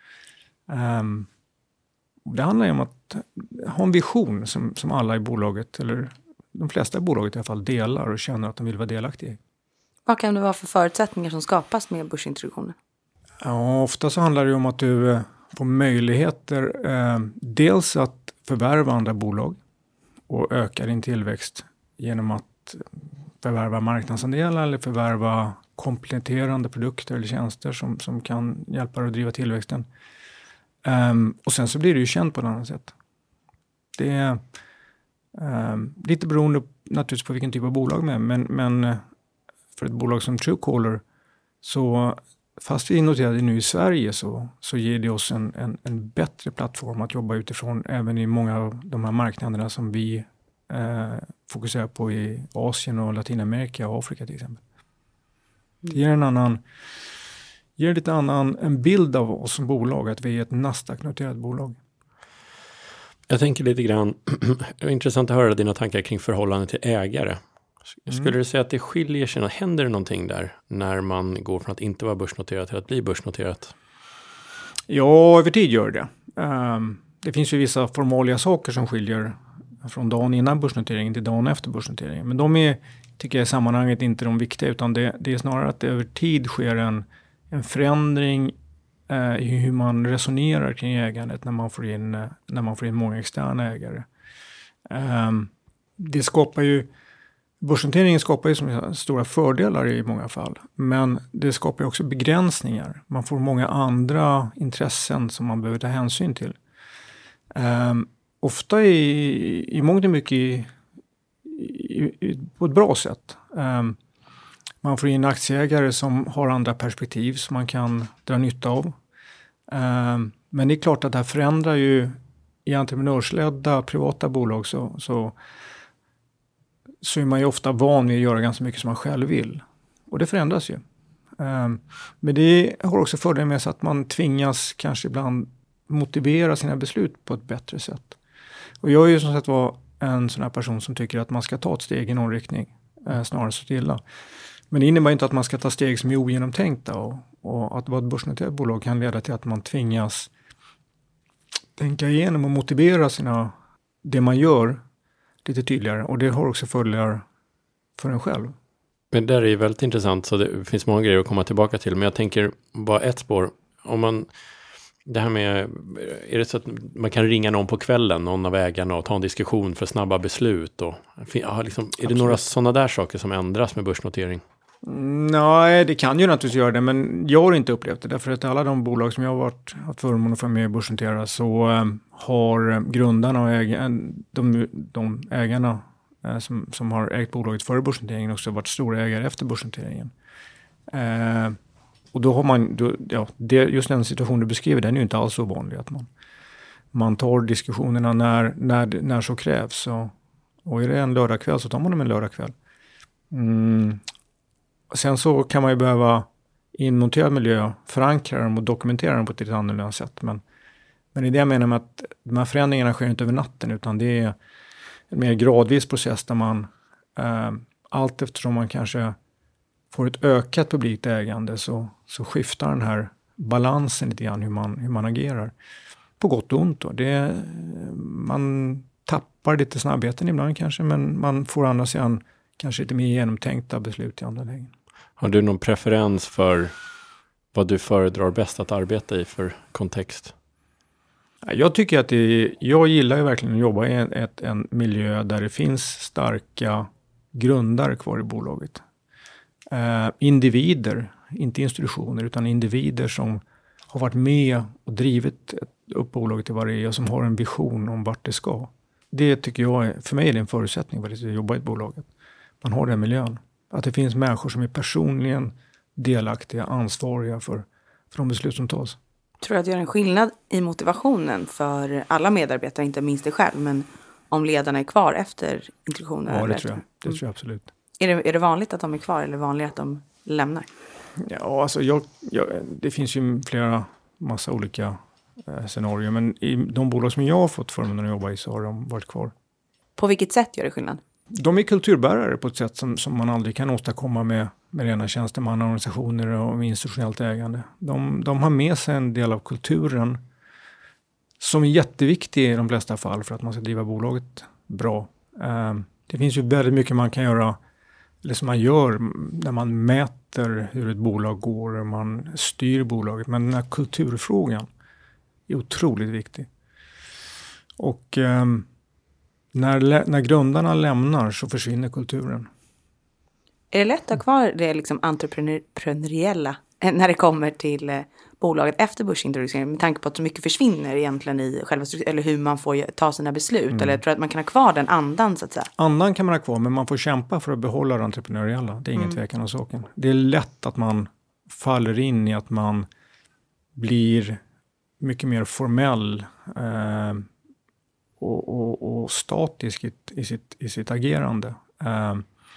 Speaker 3: Um, det handlar ju om att ha en vision som, som alla i bolaget, eller de flesta i bolaget i alla fall, delar och känner att de vill vara delaktiga i.
Speaker 2: Vad kan det vara för förutsättningar som skapas med börsintroduktionen?
Speaker 3: Ja, ofta så handlar det om att du eh, får möjligheter eh, dels att förvärva andra bolag och öka din tillväxt genom att förvärva marknadsandelar eller förvärva kompletterande produkter eller tjänster som, som kan hjälpa dig att driva tillväxten. Um, och sen så blir det ju känt på ett annat sätt. Det är um, lite beroende naturligtvis på vilken typ av bolag med, men, men för ett bolag som Truecaller så fast vi är noterade nu i Sverige så, så ger det oss en, en, en bättre plattform att jobba utifrån även i många av de här marknaderna som vi Eh, fokuserar på i Asien och Latinamerika och Afrika till exempel. Det ger en annan ger lite annan en bild av oss som bolag, att vi är ett Nasdaq-noterat bolag.
Speaker 1: Jag tänker lite grann, det är intressant att höra dina tankar kring förhållandet till ägare. Skulle mm. du säga att det skiljer sig, händer det någonting där när man går från att inte vara börsnoterat till att bli börsnoterat?
Speaker 3: Ja, över tid gör det. Um, det finns ju vissa formaliga saker som skiljer från dagen innan börsnoteringen till dagen efter börsnoteringen. Men de är, tycker jag i sammanhanget, inte de viktiga, utan det, det är snarare att det över tid sker en, en förändring eh, i hur man resonerar kring ägandet när man får in, eh, när man får in många externa ägare. Eh, det skapar ju, börsnoteringen skapar ju som stora fördelar i många fall, men det skapar ju också begränsningar. Man får många andra intressen som man behöver ta hänsyn till. Eh, Ofta i, i mångt och mycket i, i, i, på ett bra sätt. Um, man får in aktieägare som har andra perspektiv som man kan dra nytta av. Um, men det är klart att det här förändrar ju i entreprenörsledda privata bolag så, så, så är man ju ofta van vid att göra ganska mycket som man själv vill. Och det förändras ju. Um, men det har också fördelen med sig att man tvingas kanske ibland motivera sina beslut på ett bättre sätt. Och jag är ju som sagt var en sån här person som tycker att man ska ta ett steg i någon riktning, eh, snarare så stilla. Men det innebär inte att man ska ta steg som är ogenomtänkta, och, och att vara ett börsnoterat bolag kan leda till att man tvingas tänka igenom och motivera sina, det man gör lite tydligare, och det har också fördelar för en själv.
Speaker 1: Men det där är ju väldigt intressant, så det finns många grejer att komma tillbaka till, men jag tänker bara ett spår. Om man Det här med, är det så att man kan ringa någon på kvällen, någon av ägarna, och ta en diskussion för snabba beslut? Och, ja, liksom, är Absolut. Det några sådana där saker som ändras med börsnotering?
Speaker 3: Nej, det kan ju naturligtvis göra det, men jag har inte upplevt det. Därför att alla de bolag som jag har varit, haft förmån att få med börsnotera, så um, har grundarna och äg, de, de ägarna uh, som, som har ägt bolaget före börsnoteringen också varit stora ägare efter börsnoteringen. Uh, Och då har man, då, ja, det, just den situation du beskriver, den är ju inte alls så vanlig att man, man tar diskussionerna när, när, när så krävs. Och, och är det en lördagkväll så tar man dem en lördagkväll. Mm. Sen så kan man ju behöva i en noterad miljö förankra dem och dokumentera dem på ett lite annorlunda sätt. Men, men i det jag menar med att de här förändringarna sker inte över natten, utan det är en mer gradvis process där man Eh, allt eftersom man kanske får ett ökat publikt ägande så, så skiftar den här balansen lite grann hur man, hur man agerar. På gott och ont då. Det, man tappar lite snabbheten ibland kanske, men man får andra sidan kanske lite mer genomtänkta beslut i andra lägen.
Speaker 1: Har du någon preferens för vad du föredrar bäst att arbeta i för kontext?
Speaker 3: Jag tycker att det, jag gillar ju verkligen att jobba i en, ett, en miljö där det finns starka grundare kvar i bolaget. Eh, individer, inte institutioner, utan individer som har varit med och drivit upp bolaget till vad det är och som har en vision om vart det ska. Det tycker jag, är, för mig är det en förutsättning för att jobba i ett bolag. Man har den miljön. Att det finns människor som är personligen delaktiga, ansvariga för, för de beslut som tas.
Speaker 2: Tror du att det gör en skillnad i motivationen för alla medarbetare, inte minst dig själv, men om ledarna är kvar efter introduktionen?
Speaker 3: Ja, det
Speaker 2: eller?
Speaker 3: tror jag. Det tror jag absolut.
Speaker 2: Är det, är det vanligt att de är kvar eller vanligt att de lämnar?
Speaker 3: Ja, alltså jag, jag, det finns ju flera massa olika eh, scenarier, men i de bolag som jag har fått förmånen att jobba i så har de varit kvar.
Speaker 2: På vilket sätt gör det skillnad?
Speaker 3: De är kulturbärare på ett sätt som, som man aldrig kan åstadkomma med, med rena tjänstemannaorganisationer och institutionellt ägande. De, de har med sig en del av kulturen som är jätteviktig i de flesta fall för att man ska driva bolaget bra. Eh, det finns ju väldigt mycket man kan göra, eller som man gör när man mäter hur ett bolag går och man styr bolaget. Men den här kulturfrågan är otroligt viktig. Och eh, när, när grundarna lämnar så försvinner kulturen.
Speaker 2: Är det lätt att ha kvar det liksom entreprenöriella när det kommer till eh, bolaget efter börsintroduktionen, med tanke på att så mycket försvinner egentligen i själva strukturen, eller hur man får ta sina beslut, mm. eller tror att man kan ha kvar den andan så att säga?
Speaker 3: Andan kan man ha kvar, men man får kämpa för att behålla det entreprenöriella. Det är ingen mm. tvekan om saken. Det är lätt att man faller in i att man blir mycket mer formell eh, och, och, och statisk i, i, sitt, i sitt agerande. Eh,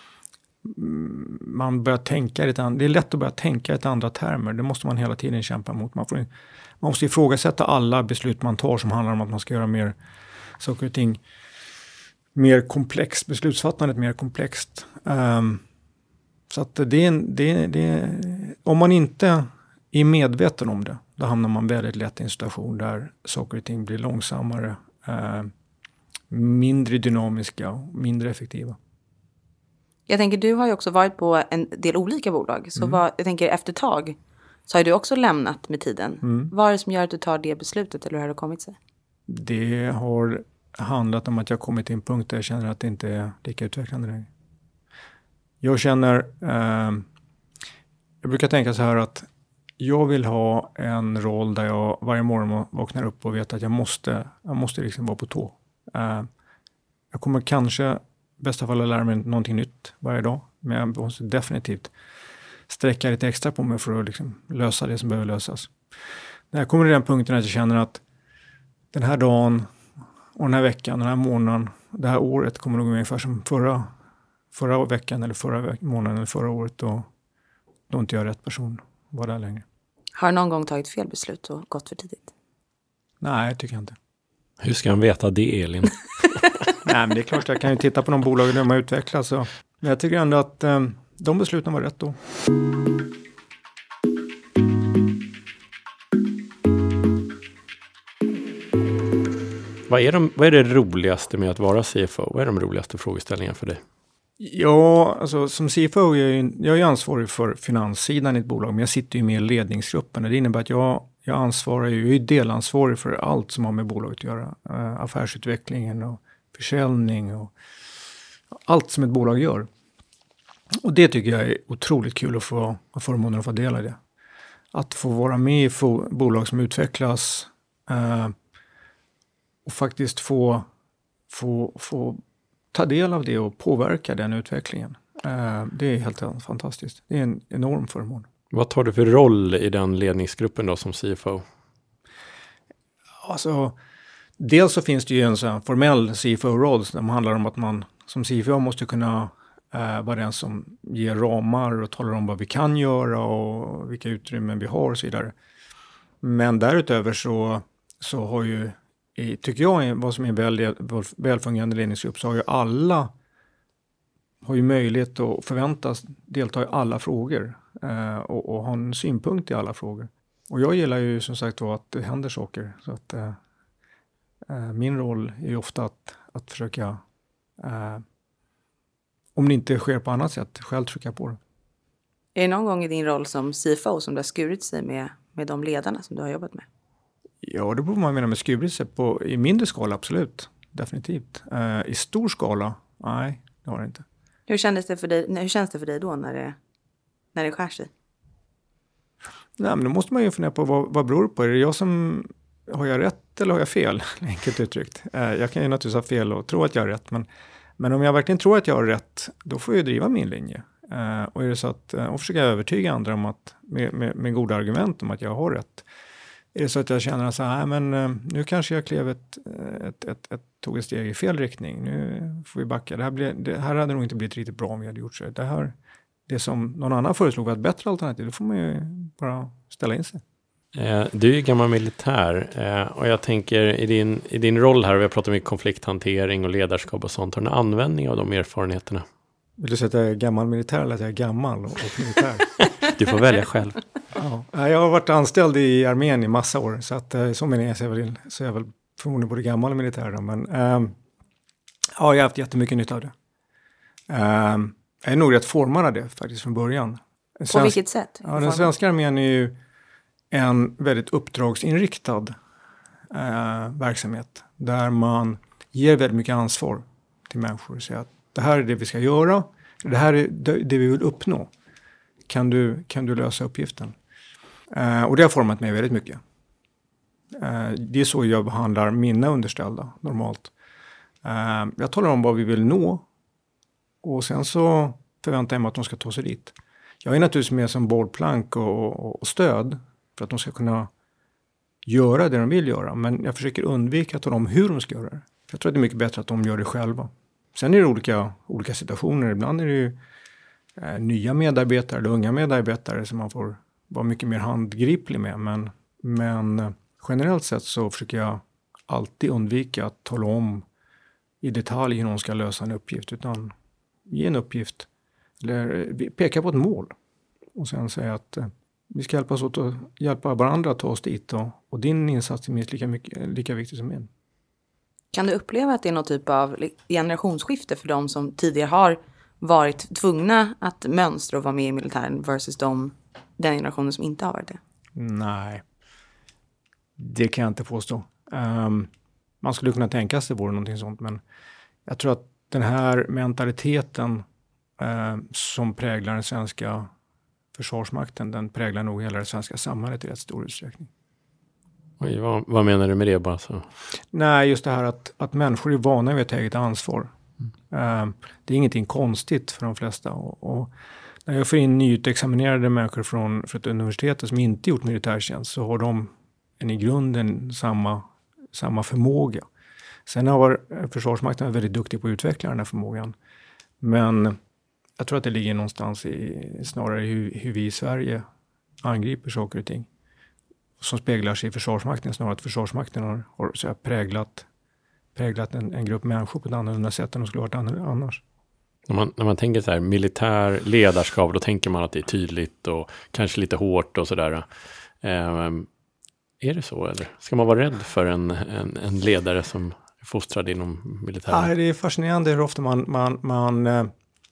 Speaker 3: man börjar tänka lite an- det är lätt att börja tänka i ett andra termer. Det måste man hela tiden kämpa mot. Man, får, man måste ifrågasätta alla beslut man tar som handlar om att man ska göra mer saker och ting mer komplext, beslutsfattandet mer komplext. Um, så att det är, det, det, om man inte är medveten om det, då hamnar man väldigt lätt i en situation där saker och ting blir långsammare, uh, mindre dynamiska och mindre effektiva.
Speaker 2: Jag tänker, du har ju också varit på en del olika bolag. Så mm. vad, jag tänker, efter ett tag så har du också lämnat med tiden. Mm. Vad är det som gör att du tar det beslutet, eller hur har det kommit sig?
Speaker 3: Det har handlat om att jag kommit till en punkt där jag känner att det inte är lika utvecklande längre. Jag känner, eh, jag brukar tänka så här att jag vill ha en roll där jag varje morgon vaknar upp och vet att jag måste, jag måste liksom vara på tå. Eh, jag kommer kanske i bästa fall att lära mig någonting nytt varje dag. Men jag måste definitivt sträcka lite extra på mig för att liksom lösa det som behöver lösas. När jag kommer till den punkten att jag känner att den här dagen och den här veckan, den här månaden, det här året kommer nog ungefär som förra, förra veckan eller förra veck- månaden eller förra året. Då, då är inte jag rätt person att vara där längre.
Speaker 2: Har du någon gång tagit fel beslut och gått för tidigt?
Speaker 3: Nej, tycker jag inte.
Speaker 1: Hur ska han veta det, Elin?
Speaker 3: Nej, men det är klart, jag kan ju titta på de bolag där de har utvecklats. Så. Men jag tycker ändå att eh, de besluten var rätt då.
Speaker 1: Vad är, de, vad är det roligaste med att vara C F O? Vad är de roligaste frågeställningarna för dig?
Speaker 3: Ja, alltså som C F O är jag, ju, jag är ansvarig för finanssidan i ett bolag, men jag sitter ju med i ledningsgruppen. Det innebär att jag, jag ansvarar ju, jag är delansvarig för allt som har med bolaget att göra. Uh, affärsutvecklingen och försäljning och allt som ett bolag gör. Och det tycker jag är otroligt kul att få ha förmånen att få dela i det. Att få vara med i få, bolag som utvecklas uh, och faktiskt få, få, få ta del av det och påverka den utvecklingen. Uh, det är helt fantastiskt. Det är en enorm förmån.
Speaker 1: Vad tar du för roll i den ledningsgruppen då som C F O?
Speaker 3: Alltså, dels så finns det ju en sån här formell C F O-roll som handlar om att man som C F O måste kunna uh, vara den som ger ramar och talar om vad vi kan göra och vilka utrymmen vi har och så vidare. Men därutöver så, så har ju, tycker jag, vad som är en väl, välfungerande ledningsgrupp, så har ju alla har ju möjlighet att förväntas delta i alla frågor eh, och, och ha en synpunkt i alla frågor. Och jag gillar ju som sagt då att det händer saker. Så att eh, eh, min roll är ju ofta att, att försöka, eh, om det inte sker på annat sätt, själv trycka på det.
Speaker 2: Är det någon gång i din roll som C F O som du har skurit sig med, med de ledarna som du har jobbat med?
Speaker 3: Ja, det beror man menar med skurit sig på. I mindre skala, absolut. Definitivt. Eh, I stor skala, nej, det har det inte.
Speaker 2: Hur kändes det för dig, hur känns det för dig då när det, när det skär sig?
Speaker 3: Nej, men då måste man ju fundera på vad, vad beror det på. Är det jag som, har jag rätt eller har jag fel? Enkelt uttryckt. Eh, jag kan ju naturligtvis ha fel och tro att jag har rätt. Men, men om jag verkligen tror att jag har rätt, då får jag driva min linje. Uh, och är det så att, uh, och försöka övertyga andra om att, med, med, med goda argument om att jag har rätt. Är det så att jag känner att så här, men uh, nu kanske jag klev ett, ett, ett, ett, tog ett steg i fel riktning. Nu får vi backa. Det här, blev, det här hade nog inte blivit riktigt bra om vi hade gjort så. Det här, det som någon annan föreslog var ett bättre alternativ. Då får man ju bara ställa in sig.
Speaker 1: Eh, du är ju gammal militär eh, och jag tänker i din, i din roll här, vi har pratat om konflikthantering och ledarskap och sånt. Har du en användning av de erfarenheterna?
Speaker 3: Vill du säga att jag är gammal militär eller att jag är gammal och, och militär?
Speaker 1: Du får välja själv.
Speaker 3: Ja, jag har varit anställd i armén i massa år. Så att så menar jag så är jag väl, så är jag väl förmodligen både gammal och militär. Då. Men ähm, ja, jag har haft jättemycket nytta av det. Ähm, jag är nog rätt formad av det faktiskt från början.
Speaker 2: Svensk, På vilket sätt?
Speaker 3: Ja, den svenska armén är ju en väldigt uppdragsinriktad äh, verksamhet. Där man ger väldigt mycket ansvar till människor. Så att det här är det vi ska göra. Det här är det vi vill uppnå. Kan du, kan du lösa uppgiften? Uh, och det har format mig väldigt mycket. Uh, det är så jag behandlar mina underställda normalt. Uh, jag talar om vad vi vill nå. Och sen så förväntar jag mig att de ska ta sig dit. Jag är naturligtvis med som bollplank och, och, och stöd. För att de ska kunna göra det de vill göra. Men jag försöker undvika att tala om hur de ska göra det. Jag tror att det är mycket bättre att de gör det själva. Sen är det olika, olika situationer. Ibland är det ju eh, nya medarbetare eller unga medarbetare som man får vara mycket mer handgriplig med. Men, men eh, generellt sett så försöker jag alltid undvika att tala om i detalj hur någon ska lösa en uppgift. Utan ge en uppgift eller peka på ett mål. Och sen säga att eh, vi ska hjälpas åt att hjälpa varandra att ta oss dit. Och, och din insats är minst lika, mycket, lika viktig som min.
Speaker 2: Kan du uppleva att det är någon typ av generationsskifte för de som tidigare har varit tvungna att mönstra och vara med i militären versus de, den generationen som inte har varit det?
Speaker 3: Nej, det kan jag inte påstå. Um, man skulle kunna tänka sig vore någonting sånt, men jag tror att den här mentaliteten uh, som präglar den svenska försvarsmakten, den präglar nog hela det svenska samhället i rätt stor utsträckning.
Speaker 1: Oj, vad, vad menar du med det bara så?
Speaker 3: Nej, just det här att, att människor är vana vid ett eget ansvar. Mm. Uh, det är ingenting konstigt för de flesta. Och, och när jag får in nyutexaminerade människor från, från ett universitet som inte gjort militärtjänst så har de en i grunden samma, samma förmåga. Sen har Försvarsmakten väldigt duktig på att utveckla den här förmågan. Men jag tror att det ligger någonstans i snarare hur, hur vi i Sverige angriper saker och ting. Som speglar sig i Försvarsmakten snarare att Försvarsmakten har, har så här, präglat, präglat en, en grupp människor på ett annorlunda sätt än de skulle ha varit annars.
Speaker 1: När man, när man tänker så här militär ledarskap, då tänker man att det är tydligt och kanske lite hårt och sådär. Eh, är det så eller? Ska man vara rädd för en, en, en ledare som är fostrad inom militären?
Speaker 3: Ja, det är fascinerande hur ofta man, man, man äh,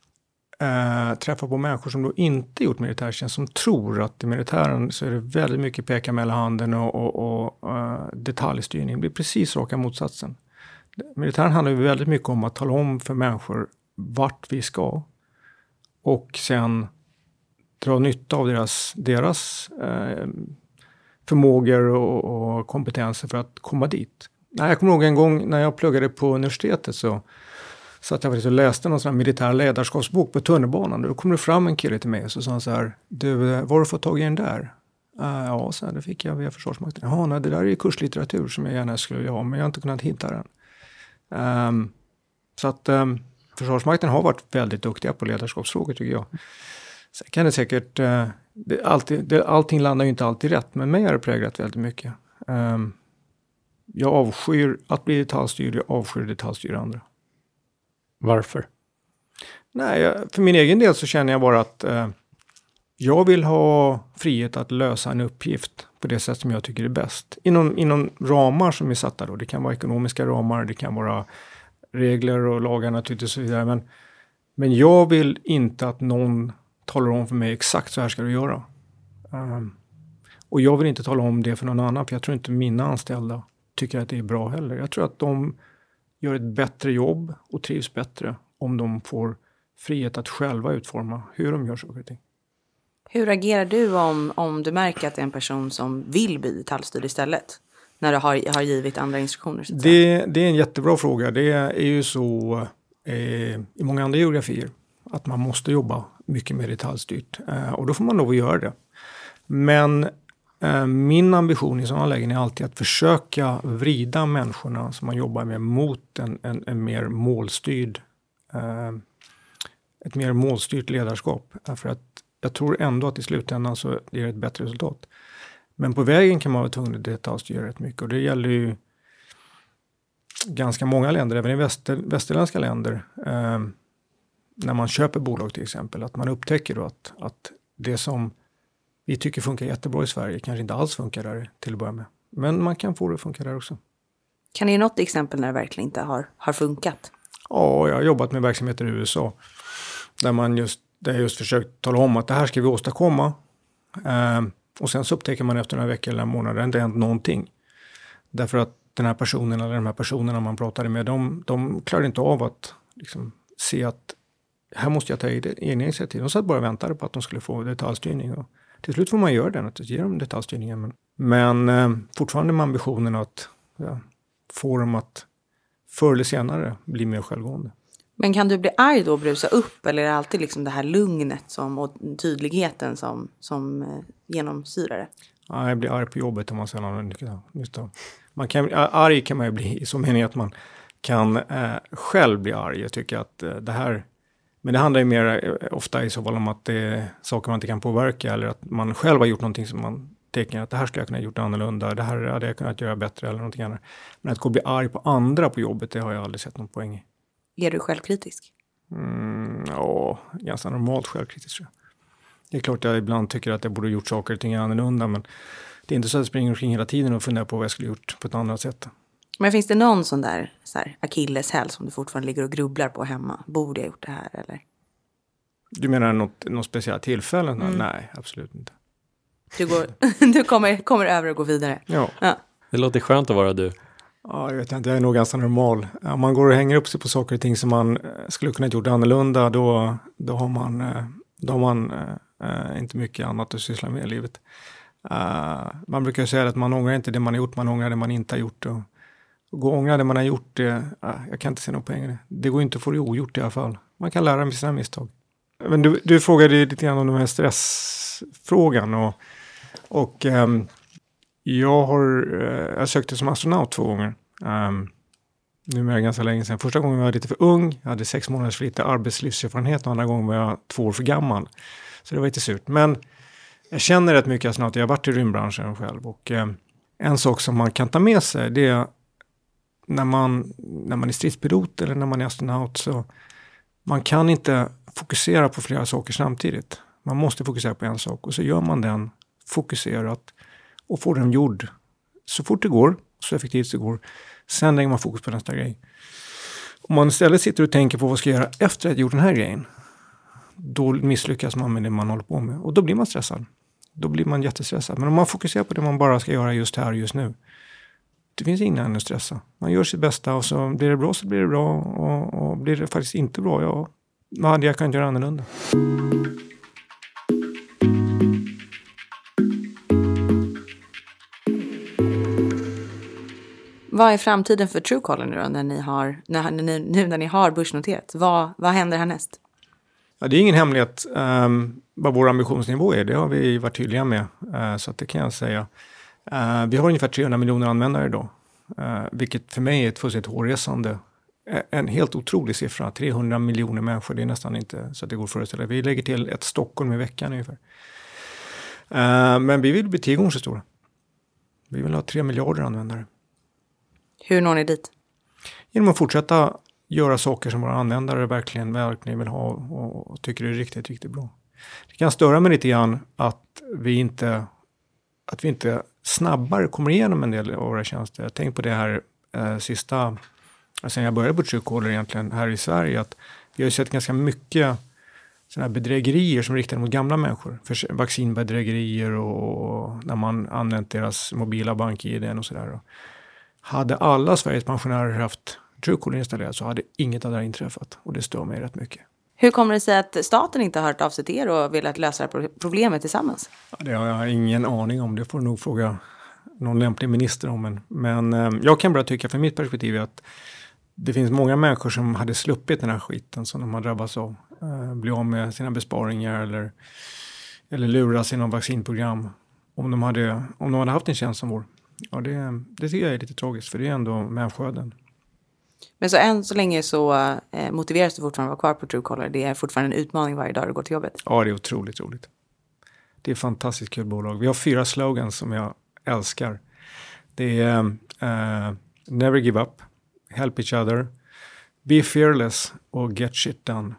Speaker 3: äh, träffar på människor som då inte gjort militärtjänst som tror att i militären så är det väldigt mycket peka mellan handen och, och, och äh, detaljstyrning. Det blir precis raka motsatsen. Militären handlar ju väldigt mycket om att tala om för människor vart vi ska och sen dra nytta av deras, deras eh, förmågor och, och kompetenser för att komma dit. Nej, jag kommer ihåg en gång när jag pluggade på universitetet så satt jag faktiskt och läste någon sån här militär ledarskapsbok på tunnelbanan. Då kom det fram en kille till mig och så sa han så här: du, var har du fått tag i den där? Uh, ja, så här, det fick jag via Försvarsmakten. Ja, nej, det där är ju kurslitteratur som jag gärna skulle vilja ha, men jag har inte kunnat hitta den. Um, så att um, Försvarsmakten har varit väldigt duktiga på ledarskapsfrågor tycker jag. Sen kan det säkert, uh, det alltid, det, allting landar ju inte alltid rätt, men mig har det präglat väldigt mycket. Um, jag avskyr att bli detaljstyrd, jag avskyr detaljstyra andra.
Speaker 1: Varför?
Speaker 3: Nej, jag, för min egen del så känner jag bara att eh, jag vill ha frihet att lösa en uppgift på det sätt som jag tycker är bäst. Inom, inom ramar som är satta då. Det kan vara ekonomiska ramar, det kan vara regler och lagar naturligtvis och så vidare. Men, men jag vill inte att någon talar om för mig exakt så här ska du göra. Um, och jag vill inte tala om det för någon annan, för jag tror inte mina anställda tycker att det är bra heller. Jag tror att de gör ett bättre jobb och trivs bättre om de får frihet att själva utforma hur de gör saker och ting.
Speaker 2: Hur agerar du om, om du märker att det är en person som vill bli detaljstyrd istället? När du har, har givit andra instruktioner? Så att
Speaker 3: det, det är en jättebra fråga. Det är ju så eh, i många andra geografier att man måste jobba mycket mer detaljstyrt. Eh, och då får man lov att göra det. Men eh, min ambition i sådana lägen är alltid att försöka vrida människorna som man jobbar med mot en, en, en mer målstyrd eh, ett mer målstyrt ledarskap. För att jag tror ändå att i slutändan så ger det ett bättre resultat. Men på vägen kan man vara tvungen att detaljstyra rätt mycket. Och det gäller ju ganska många länder, även i väster, västerländska länder. Eh, när man köper bolag till exempel. Att man upptäcker då att, att det som vi tycker funkar jättebra i Sverige kanske inte alls funkar där till att börja med. Men man kan få det att funka där också.
Speaker 2: Kan ni ge något exempel när det verkligen inte har, har funkat?
Speaker 3: Ja, jag har jobbat med verksamheter i U S A. Där man just, där jag just försökt tala om att det här ska vi åstadkomma. Eh, och sen så upptäcker man efter några veckor eller månader att det inte hänt någonting. Därför att den här personen eller de här personerna man pratade med, de, de klarade inte av att liksom, se att här måste jag ta egna initiativ. De satt bara och väntade på att de skulle få detaljstyrning. Och till slut får man göra den, att ge dem detaljstyrningen. Men, men eh, fortfarande med ambitionen att ja, få dem att förr eller senare bli mer självgående.
Speaker 2: Men kan du bli arg då och brusa upp? Eller är det alltid liksom det här lugnet som, och tydligheten som, som eh, genomsyrar det?
Speaker 3: Ja, jag blir arg på jobbet om man sällan har nytta. Man kan, arg kan man ju bli i så mening att man kan eh, själv bli arg. Jag tycker att eh, det här... Men det handlar ju mer eh, ofta i så fall om att det är saker man inte kan påverka. Eller att man själv har gjort någonting som man tänker att det här skulle jag kunna ha gjort annorlunda. Det här hade jag kunnat göra bättre eller någonting annat. Men att gå och bli arg på andra på jobbet, det har jag aldrig sett någon poäng i.
Speaker 2: Är du självkritisk?
Speaker 3: Mm, ja, ganska normalt självkritisk tror jag. Det är klart att jag ibland tycker att jag borde ha gjort saker och ting annorlunda, men det är inte så att jag springer omkring hela tiden och funderar på vad jag skulle gjort på ett annat sätt.
Speaker 2: Men finns det någon sån där så här, akilleshäl som du fortfarande ligger och grubblar på hemma? Borde jag gjort det här eller?
Speaker 3: Du menar något, något speciellt tillfälle?
Speaker 2: Mm.
Speaker 3: Nej, absolut inte.
Speaker 2: Du, går, du kommer, kommer över och går vidare?
Speaker 3: Ja.
Speaker 2: Ja.
Speaker 1: Det låter skönt att vara du.
Speaker 3: Ja, jag vet inte, jag är nog ganska normal. Om man går och hänger upp sig på saker och ting som man skulle kunna gjort annorlunda, då, då har man, då har man äh, inte mycket annat att syssla med i livet. Uh, man brukar säga att man ångrar inte det man har gjort, man ångrar det man inte har gjort. Och, och gå och ångra det man har gjort, det, uh, jag kan inte se någon poäng i det. Det går inte att få det ogjort i alla fall. Man kan lära med sina misstag. Men du, du frågade lite grann om den här stressfrågan. Och, och um, jag har uh, jag sökte som astronaut två gånger. Um, nu är det ganska länge sedan. Första gången var jag lite för ung. Jag hade sex månaders för lite arbetslivserfarenhet. Och andra gången var jag två år för gammal. Så det var lite surt. Men jag känner rätt mycket astronaut. Jag har varit i rymdbranschen själv. Och eh, en sak som man kan ta med sig, det är när man, när man är stridspilot eller när man är astronaut, så man kan inte fokusera på flera saker samtidigt. Man måste fokusera på en sak och så gör man den fokuserat och får den gjord så fort det går, så effektivt det går. Sen lägger man fokus på nästa grej. Om man istället sitter och tänker på vad ska jag göra efter att jag gjort den här grejen, då misslyckas man med det man håller på med och då blir man stressad. Då blir man jättestressad. Men om man fokuserar på det man bara ska göra just här just nu, det finns ingen anledning att stressa. Man gör sitt bästa och så blir det bra så blir det bra. Och, och blir det faktiskt inte bra, ja, vad hade jag kunnat göra annorlunda?
Speaker 2: Vad är framtiden för Truecaller nu då, när ni har, när, när, nu när ni har börsnoterat? Vad, vad händer härnäst?
Speaker 3: Ja, det är ingen hemlighet um, vad vår ambitionsnivå är. Det har vi varit tydliga med. Uh, så att det kan jag säga. Uh, vi har ungefär trehundra miljoner användare idag. Uh, vilket för mig är ett fullständigt hårresande. En helt otrolig siffra. trehundra miljoner människor. Det är nästan inte så att det går att föreställa. Vi lägger till ett Stockholm i veckan ungefär. Uh, men vi vill bli tio gånger så stora. Vi vill ha tre miljarder användare.
Speaker 2: Hur når ni dit?
Speaker 3: Genom att fortsätta göra saker som våra användare verkligen, verkligen vill ha och, och tycker är riktigt, riktigt bra. Det kan störa mig lite grann att vi inte, att vi inte snabbare kommer igenom en del av våra tjänster. Jag tänkte på det här eh, sista, sen jag började på Truecaller egentligen här i Sverige, att vi har ju sett ganska mycket sådana här bedrägerier som riktar mot gamla människor. För vaccinbedrägerier och när man använt deras mobila bank-I D och sådär. Hade alla Sveriges pensionärer haft Truecaller installerat så hade inget av det här inträffat. Och det stör mig rätt mycket.
Speaker 2: Hur kommer det sig att staten inte har hört av sig till er och velat lösa det här problemet tillsammans?
Speaker 3: Ja, det har jag ingen aning om. Det får nog fråga någon lämplig minister om. En. Men eh, jag kan bara tycka från mitt perspektiv att det finns många människor som hade sluppit den här skiten som de har drabbats av. Eh, bli av med sina besparingar eller, eller luras i någon vaccinprogram om de hade, om de hade haft en tjänst som vår. Ja, det, det tycker jag är lite tragiskt för det är ändå människoöden.
Speaker 2: Men så än så länge så eh, motiveras du fortfarande att vara kvar på Truecaller. Det är fortfarande en utmaning varje dag du går till jobbet.
Speaker 3: Ja, det är otroligt roligt. Det är ett fantastiskt kul bolag. Vi har fyra slogans som jag älskar. Det är uh, Never give up, Help each other, Be fearless och Get shit done.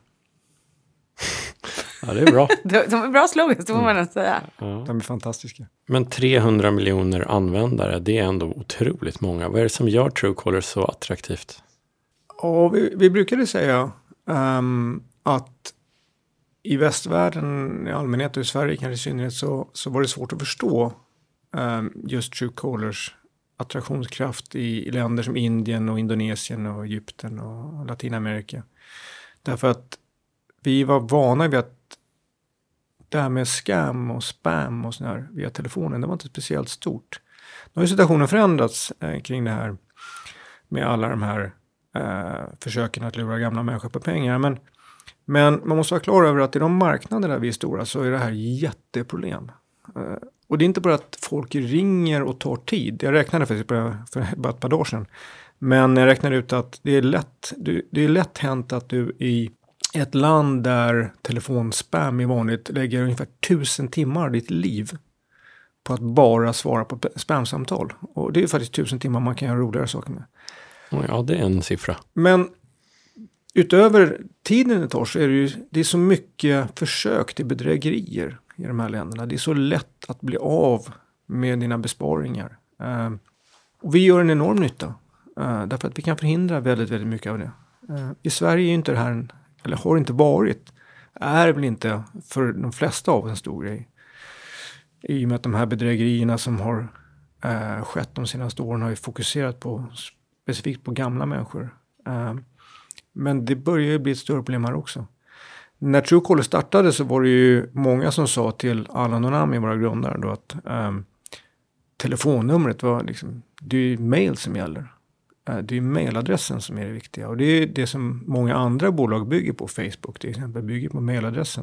Speaker 1: Ja, det är bra.
Speaker 2: de, de är bra slogans, det får man mm. säga.
Speaker 3: Ja. De är fantastiska.
Speaker 1: Men trehundra miljoner användare, det är ändå otroligt många. Vad är det som gör Truecaller så attraktivt?
Speaker 3: Ja, vi, vi brukade säga um, att i västvärlden i allmänhet och i Sverige kanske i synnerhet så, så var det svårt att förstå um, just Truecallers attraktionskraft i, i länder som Indien och Indonesien och Egypten och Latinamerika. Därför att vi var vana vid att det här med scam och spam och sådär via telefonen, det var inte speciellt stort. Nu har ju situationen förändrats eh, kring det här med alla de här eh, försöken att lura gamla människor på pengar. Men, men man måste vara klar över att i de marknader där vi är stora så är det här jätteproblem. Eh, och det är inte bara att folk ringer och tar tid. Jag räknade faktiskt på, för bara ett par dagar sedan. Men jag räknade ut att det är lätt, det är lätt hänt att du i ett land där telefonspam är vanligt lägger ungefär tusen timmar av ditt liv på att bara svara på spamsamtal. Och det är faktiskt tusen timmar man kan göra roligare saker med.
Speaker 1: Ja, det är en siffra.
Speaker 3: Men utöver tiden det tar så är det ju det är så mycket försök till bedrägerier i de här länderna. Det är så lätt att bli av med dina besparingar. Uh, och vi gör en enorm nytta. Uh, därför att vi kan förhindra väldigt, väldigt mycket av det. Uh, I Sverige är ju inte det här en eller har inte varit, är väl inte för de flesta av oss en stor grej. I och med att de här bedrägerierna som har eh, skett de senaste åren har ju fokuserat på specifikt på gamla människor. Eh, men det börjar ju bli ett större problem här också. När Truecaller startade så var det ju många som sa till Allan och Nami, våra grundare, då att eh, telefonnumret var liksom, det är ju mail som gäller. Det är mailadressen som är det viktiga. Och det är det som många andra bolag bygger på. Facebook till exempel bygger på mailadressen.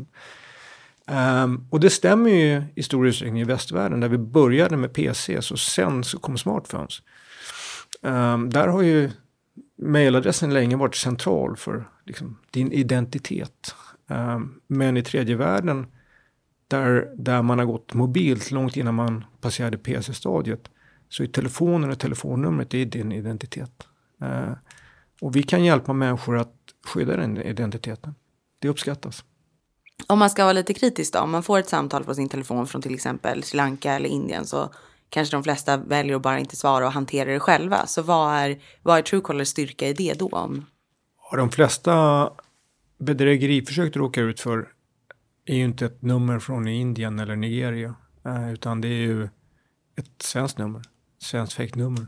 Speaker 3: Um, och det stämmer ju i stor utsträckning i västvärlden. Där vi började med P C och sen så kom smartphones. Um, där har ju mailadressen länge varit central för liksom, din identitet. Um, men i tredje världen där, där man har gått mobilt långt innan man passerade P C-stadiet. Så i telefonen och telefonnumret är din identitet. Uh, och vi kan hjälpa människor att skydda den identiteten. Det uppskattas.
Speaker 2: Om man ska vara lite kritisk då. Om man får ett samtal på sin telefon från till exempel Sri Lanka eller Indien. Så kanske de flesta väljer att bara inte svara och hantera det själva. Så vad är, vad är Truecallers styrka i det då? Om?
Speaker 3: Ja, de flesta bedrägeriförsök du råkar ut för är ju inte ett nummer från Indien eller Nigeria. Uh, utan det är ju ett svenskt nummer. Svenskt fejknummer.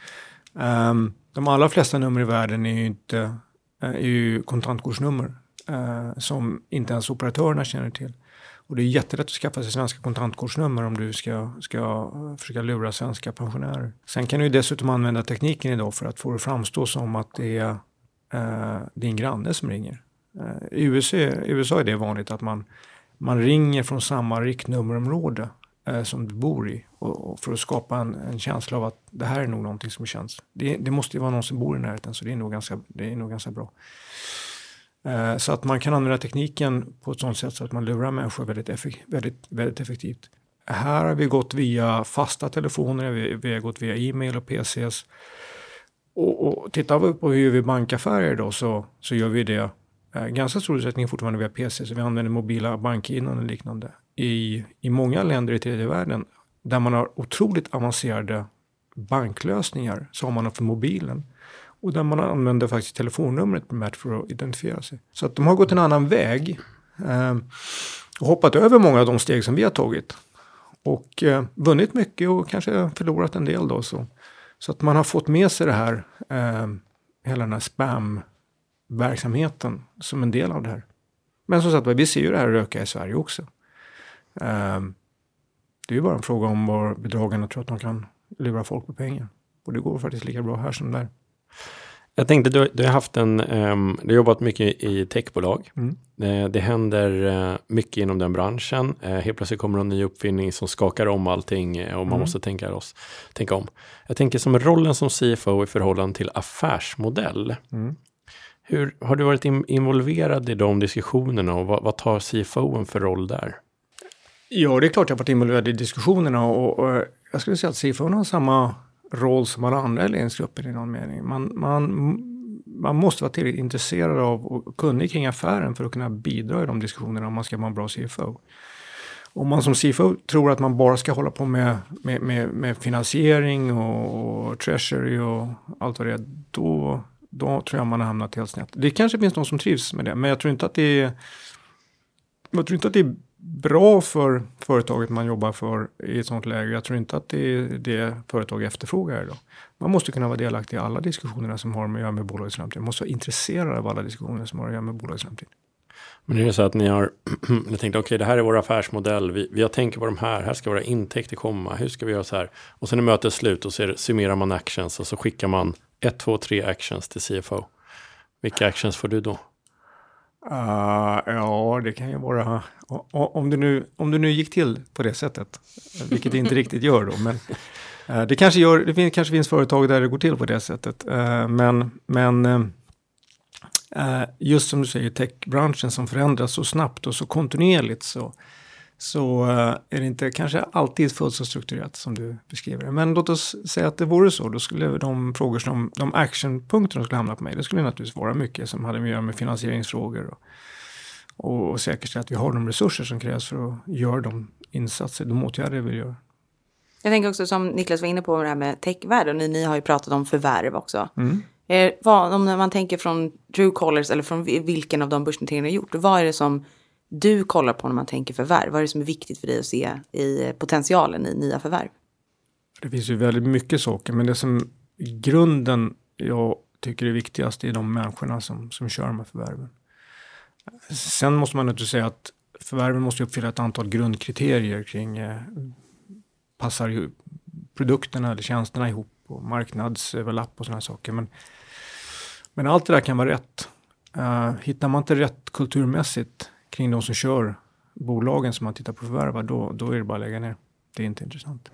Speaker 3: Um, de allra flesta nummer i världen är ju, inte, uh, är ju kontantkortsnummer. Uh, som inte ens operatörerna känner till. Och det är jättelätt att skaffa sig svenska kontantkortsnummer om du ska, ska försöka lura svenska pensionärer. Sen kan du dessutom använda tekniken idag för att få det framstå som att det är uh, din granne som ringer. Uh, I U S A, i U S A är det vanligt att man, man ringer från samma riktnummerområde uh, som du bor i. Och, och för att skapa en, en känsla av att det här är nog någonting som känns. Det, det måste ju vara någon som bor i närheten, så det är nog ganska, det är nog ganska bra. Uh, så att man kan använda tekniken på ett sådant sätt så att man lurar människor väldigt, effek- väldigt, väldigt effektivt. Här har vi gått via fasta telefoner, vi, vi har gått via e-mail och P Cs. Och, och tittar vi på hur vi bankaffärer då så, så gör vi det eh, ganska stor utsträckning fortfarande via P C. Så vi använder mobila bank-id och liknande. I, I många länder i tredje världen där man har otroligt avancerade banklösningar så har man det för mobilen. Och där man använder faktiskt telefonnumret primärt för att identifiera sig. Så att de har gått en annan väg eh, och hoppat över många av de steg som vi har tagit. Och eh, vunnit mycket och kanske förlorat en del då. Så, så att man har fått med sig det här, eh, hela den här spam-verksamheten som en del av det här. Men som sagt, vi ser ju det här röka i Sverige också. Eh, det är ju bara en fråga om var bedragarna tror att de kan lura folk på pengar. Och det går faktiskt lika bra här som där.
Speaker 1: Jag tänkte, du, du har haft en, um, du har jobbat mycket i techbolag.
Speaker 3: Mm.
Speaker 1: Eh, det händer uh, mycket inom den branschen. Eh, helt plötsligt kommer en ny uppfinning som skakar om allting eh, och man
Speaker 3: Mm.
Speaker 1: måste tänka, oss, tänka om. Jag tänker som rollen som C F O i förhållande till affärsmodell.
Speaker 3: Mm.
Speaker 1: Hur, har du varit in, involverad i de diskussionerna och vad, vad tar C F O-en för roll där?
Speaker 3: Ja, det är klart jag har varit involverad i diskussionerna och, och jag skulle säga att C F O har samma roll som alla andra i ledningsgrupper i någon mening. Man, man, man måste vara tillräckligt intresserad av och kunnig kring affären för att kunna bidra i de diskussionerna om man ska vara en bra C F O. Om man som C F O tror att man bara ska hålla på med, med, med, med finansiering och, och treasury och allt vad det är, då, då tror jag man har hamnat helt snett. Det kanske finns någon som trivs med det, men jag tror inte att det är, jag tror inte att det är bra för företaget man jobbar för i ett sånt läge. Jag tror inte att det är det företag efterfrågar idag. Man måste kunna vara delaktig i alla diskussioner som har med att göra med bolagets framtid. Man måste vara intresserad av alla diskussioner som har att göra med bolagets framtid.
Speaker 1: Men är det så att ni har ni tänkte, okej, okay, det här är vår affärsmodell. Vi, vi har tänkt på de här. Här ska våra intäkter komma. Hur ska vi göra så här? Och sen är mötet slut och så summerar man actions och så skickar man ett, två, tre actions till C F O. Vilka actions får du då?
Speaker 3: Uh, ja, det kan ju vara om det, nu, om det nu gick till på det sättet, vilket det inte riktigt gör då, men uh, det kanske gör, det finns, kanske finns företag där det går till på det sättet, uh, men, men uh, just som du säger, techbranschen som förändras så snabbt och så kontinuerligt så, så uh, är det inte kanske alltid fullt så strukturerat som du beskriver det. Men låt oss säga att det vore så. Då skulle de frågor som, de actionpunkterna skulle hamna på mig. Det skulle naturligtvis vara mycket som hade med att göra med finansieringsfrågor och, och, och säkerställa att vi har de resurser som krävs för att göra de insatser, de åtgärder vi gör.
Speaker 2: Jag tänker också som Niklas var inne på det här med techvärlden. Ni, ni har ju pratat om förvärv också.
Speaker 3: Mm.
Speaker 2: Eh, vad, om man tänker från Truecallers eller från vilken av de börsnoteringarna ni har gjort. Vad är det som du kollar på när man tänker förvärv? Vad är det som är viktigt för dig att se i potentialen i nya förvärv?
Speaker 3: Det finns ju väldigt mycket saker, men det som i grunden jag tycker är viktigast är de människorna som, som kör med förvärven. Sen måste man inte säga att förvärven måste uppfylla ett antal grundkriterier kring eh, passar ju produkterna eller tjänsterna ihop och marknadsöverlapp och sådana saker. Men, men allt det där kan vara rätt. Uh, hittar man inte rätt kulturmässigt kring de som kör bolagen som man tittar på förvärva, då, då är det bara att lägga ner. Det är inte intressant.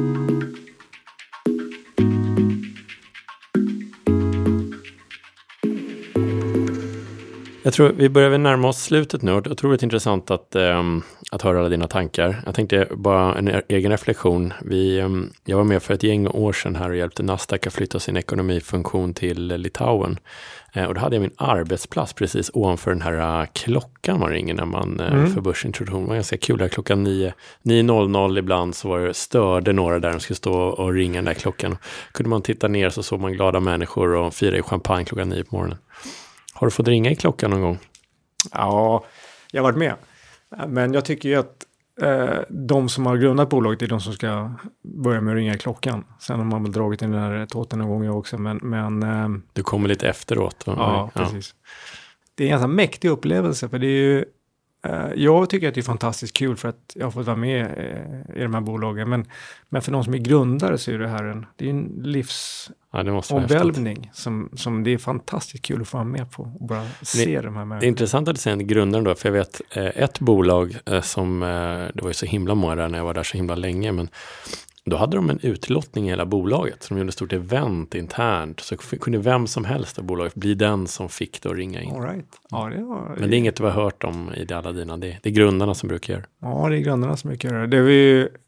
Speaker 1: Jag tror vi börjar närma oss slutet nu. Jag tror det är intressant att, um, att höra alla dina tankar. Jag tänkte bara en egen reflektion. Vi, um, jag var med för ett gäng år sedan här och hjälpte Nasdaq att flytta sin ekonomifunktion till Litauen. Eh, och då hade jag min arbetsplats precis ovanför den här uh, klockan man ringer när man uh, mm. för börsintroduktion. Det var ganska kul där klockan nio noll noll ibland så var det störde några där de skulle stå och ringa den där klockan. Kunde man titta ner så såg man glada människor och fira i champagne klockan nio på morgonen. Har du fått ringa i klockan någon gång?
Speaker 3: Ja, jag har varit med. Men jag tycker ju att eh, de som har grundat bolaget är de som ska börja med att ringa i klockan. Sen har man väl dragit in den här tåten någon gång också. Men, men, eh,
Speaker 1: du kommer lite efteråt. Och,
Speaker 3: ja, ja, precis. Det är en ganska mäktig upplevelse. För det är ju, eh, jag tycker att det är fantastiskt kul för att jag har fått vara med eh, i de här bolagen. Men, men för de som är grundare så är det här en, det är en livs...
Speaker 1: Ja, det måste
Speaker 3: omvälvning som, som det är fantastiskt kul att få vara med på och bara se det, de här människorna.
Speaker 1: Det är intressant att säga en grundare då, för jag vet eh, ett bolag eh, som, eh, det var ju så himla många där när jag var där så himla länge, men då hade de en utlottning i hela bolaget, så de gjorde ett stort event internt, så kunde vem som helst av bolaget bli den som fick det att ringa in.
Speaker 3: All right. Ja, det var...
Speaker 1: Men det är inget du har hört om i det alla dina, det, det är grundarna som brukar göra.
Speaker 3: Ja, det är grundarna som brukar göra det. Det är ju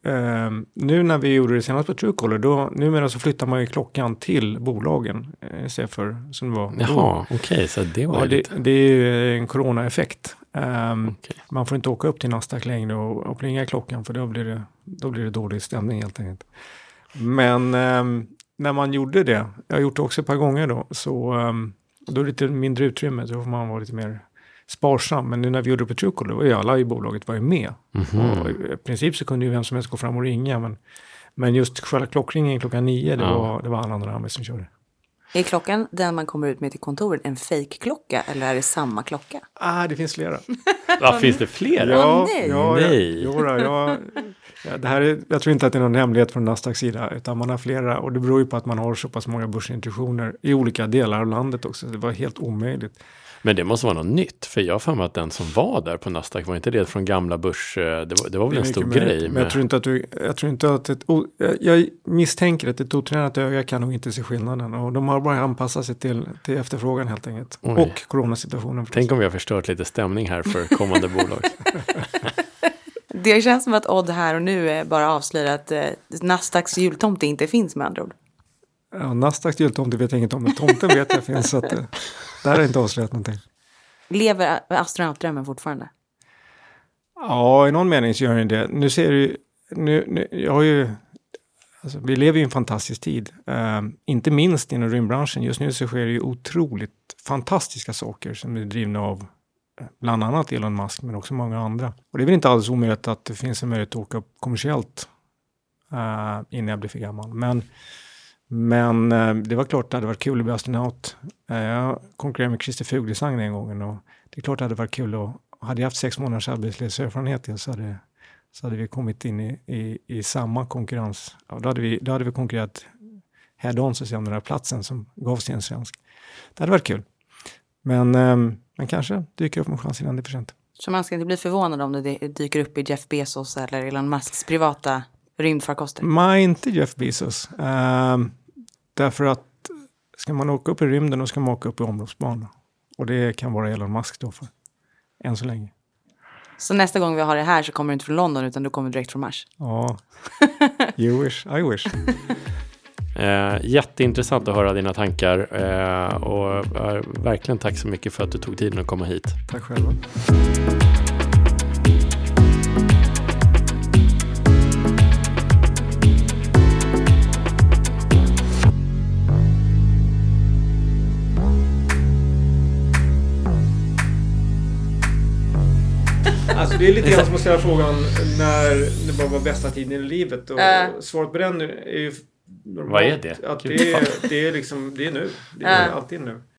Speaker 3: eh, nu när vi gjorde det senast på Truecaller, då numera så flyttar man ju klockan till bolagen eh, istället för som det var.
Speaker 1: Jaha, okej, okay, så det var
Speaker 3: ja, det,
Speaker 1: lite...
Speaker 3: det är ju en corona-effekt. Um,
Speaker 1: okay.
Speaker 3: Man får inte åka upp till Nasdaq längre och, och plinga klockan, för då blir det, då blir det dålig stämning helt enkelt. Men um, när man gjorde det, jag har gjort det också ett par gånger då, så um, då är det lite mindre utrymme, så får man vara lite mer sparsam. Men nu när vi gjorde det på Truecaller, då var ju alla i bolaget var ju med.
Speaker 1: Mm-hmm.
Speaker 3: Och i princip så kunde ju vem som helst gå fram och ringa, men, men just själva klockringen klockan nio, det, ja. var, det var alla andra med som körde.
Speaker 2: Är klockan den man kommer ut med till kontoret en fake-klocka eller är det samma klocka?
Speaker 3: Ah, det finns flera.
Speaker 1: Vad finns det flera?
Speaker 3: Ja,
Speaker 2: oh, nej.
Speaker 3: Ja,
Speaker 1: nej.
Speaker 3: Ja, ja, ja, ja, det här är, jag tror inte att det är någon hemlighet från Nasdaqs sida, utan man har flera, och det beror ju på att man har så pass många börsintroduktioner i olika delar av landet också. Det var helt omöjligt.
Speaker 1: Men det måste vara något nytt, för jag har för mig att den som var där på Nasdaq, var inte det från gamla börs, det var, det var väl det en stor
Speaker 3: med,
Speaker 1: grej.
Speaker 3: Men
Speaker 1: med...
Speaker 3: jag tror inte att du, jag tror inte att ett, jag misstänker att ett otränat öga kan nog inte se skillnaden, och de har bara anpassat sig till, till efterfrågan helt enkelt. Oj. Och coronasituationen.
Speaker 1: Tänk om vi har förstört lite stämning här för kommande bolag.
Speaker 2: Det känns som att Odd här och nu bara avslöjar att eh, Nasdaqs jultomte inte finns med andra ord.
Speaker 3: Ja, Nasdaqs jultomte vet jag inget om, men tomten vet jag finns, så att eh, där är inte avslöjat någonting.
Speaker 2: Lever astronautdrömmen fortfarande?
Speaker 3: Ja, i någon mening så gör den det. Nu ser du, nu, nu, jag har ju, alltså, vi lever i en fantastisk tid. Uh, inte minst inom rymdbranschen. Just nu så sker det ju otroligt fantastiska saker som är drivna av bland annat Elon Musk, men också många andra. Och det är väl inte alls omöjligt att det finns en möjlighet att åka kommersiellt uh, innan jag blir för gammal. Men, men uh, det var klart att det hade varit kul att bli astronaut. Uh, jag konkurrerade med Christer Fuglesang den gången, och det är klart att det hade varit kul att, hade jag haft sex månaders arbetslivserfarenhet så hade, så hade vi kommit in i, i, i samma konkurrens. Ja, då, hade vi, då hade vi konkurrerat head-on, så att säga, om den här platsen som gavs till en svensk. Det hade varit kul. Men, um, men kanske dyker upp en chans innan det är för sent.
Speaker 2: Så man ska inte bli förvånad om det dyker upp i Jeff Bezos eller Elon Musks privata rymdfarkoster?
Speaker 3: Nej, inte Jeff Bezos. Um, därför att ska man åka upp i rymden, då ska man åka upp i omloppsbana. Och det kan vara Elon Musk då för. Än så länge.
Speaker 2: Så nästa gång vi har det här så kommer du inte från London, utan du kommer direkt från Mars?
Speaker 3: Ja. You wish, I wish.
Speaker 1: Eh, jätteintressant att höra dina tankar. Eh, och eh, verkligen tack så mycket för att du tog tiden att komma hit.
Speaker 3: Tack själva. Alltså det är lite grann som att ställa frågan när det bara var bästa tiden i livet. Och uh. svaret på den är ju normalt.
Speaker 1: Vad är det?
Speaker 3: Att det, är, det är liksom, det är nu. Det är uh. alltid nu.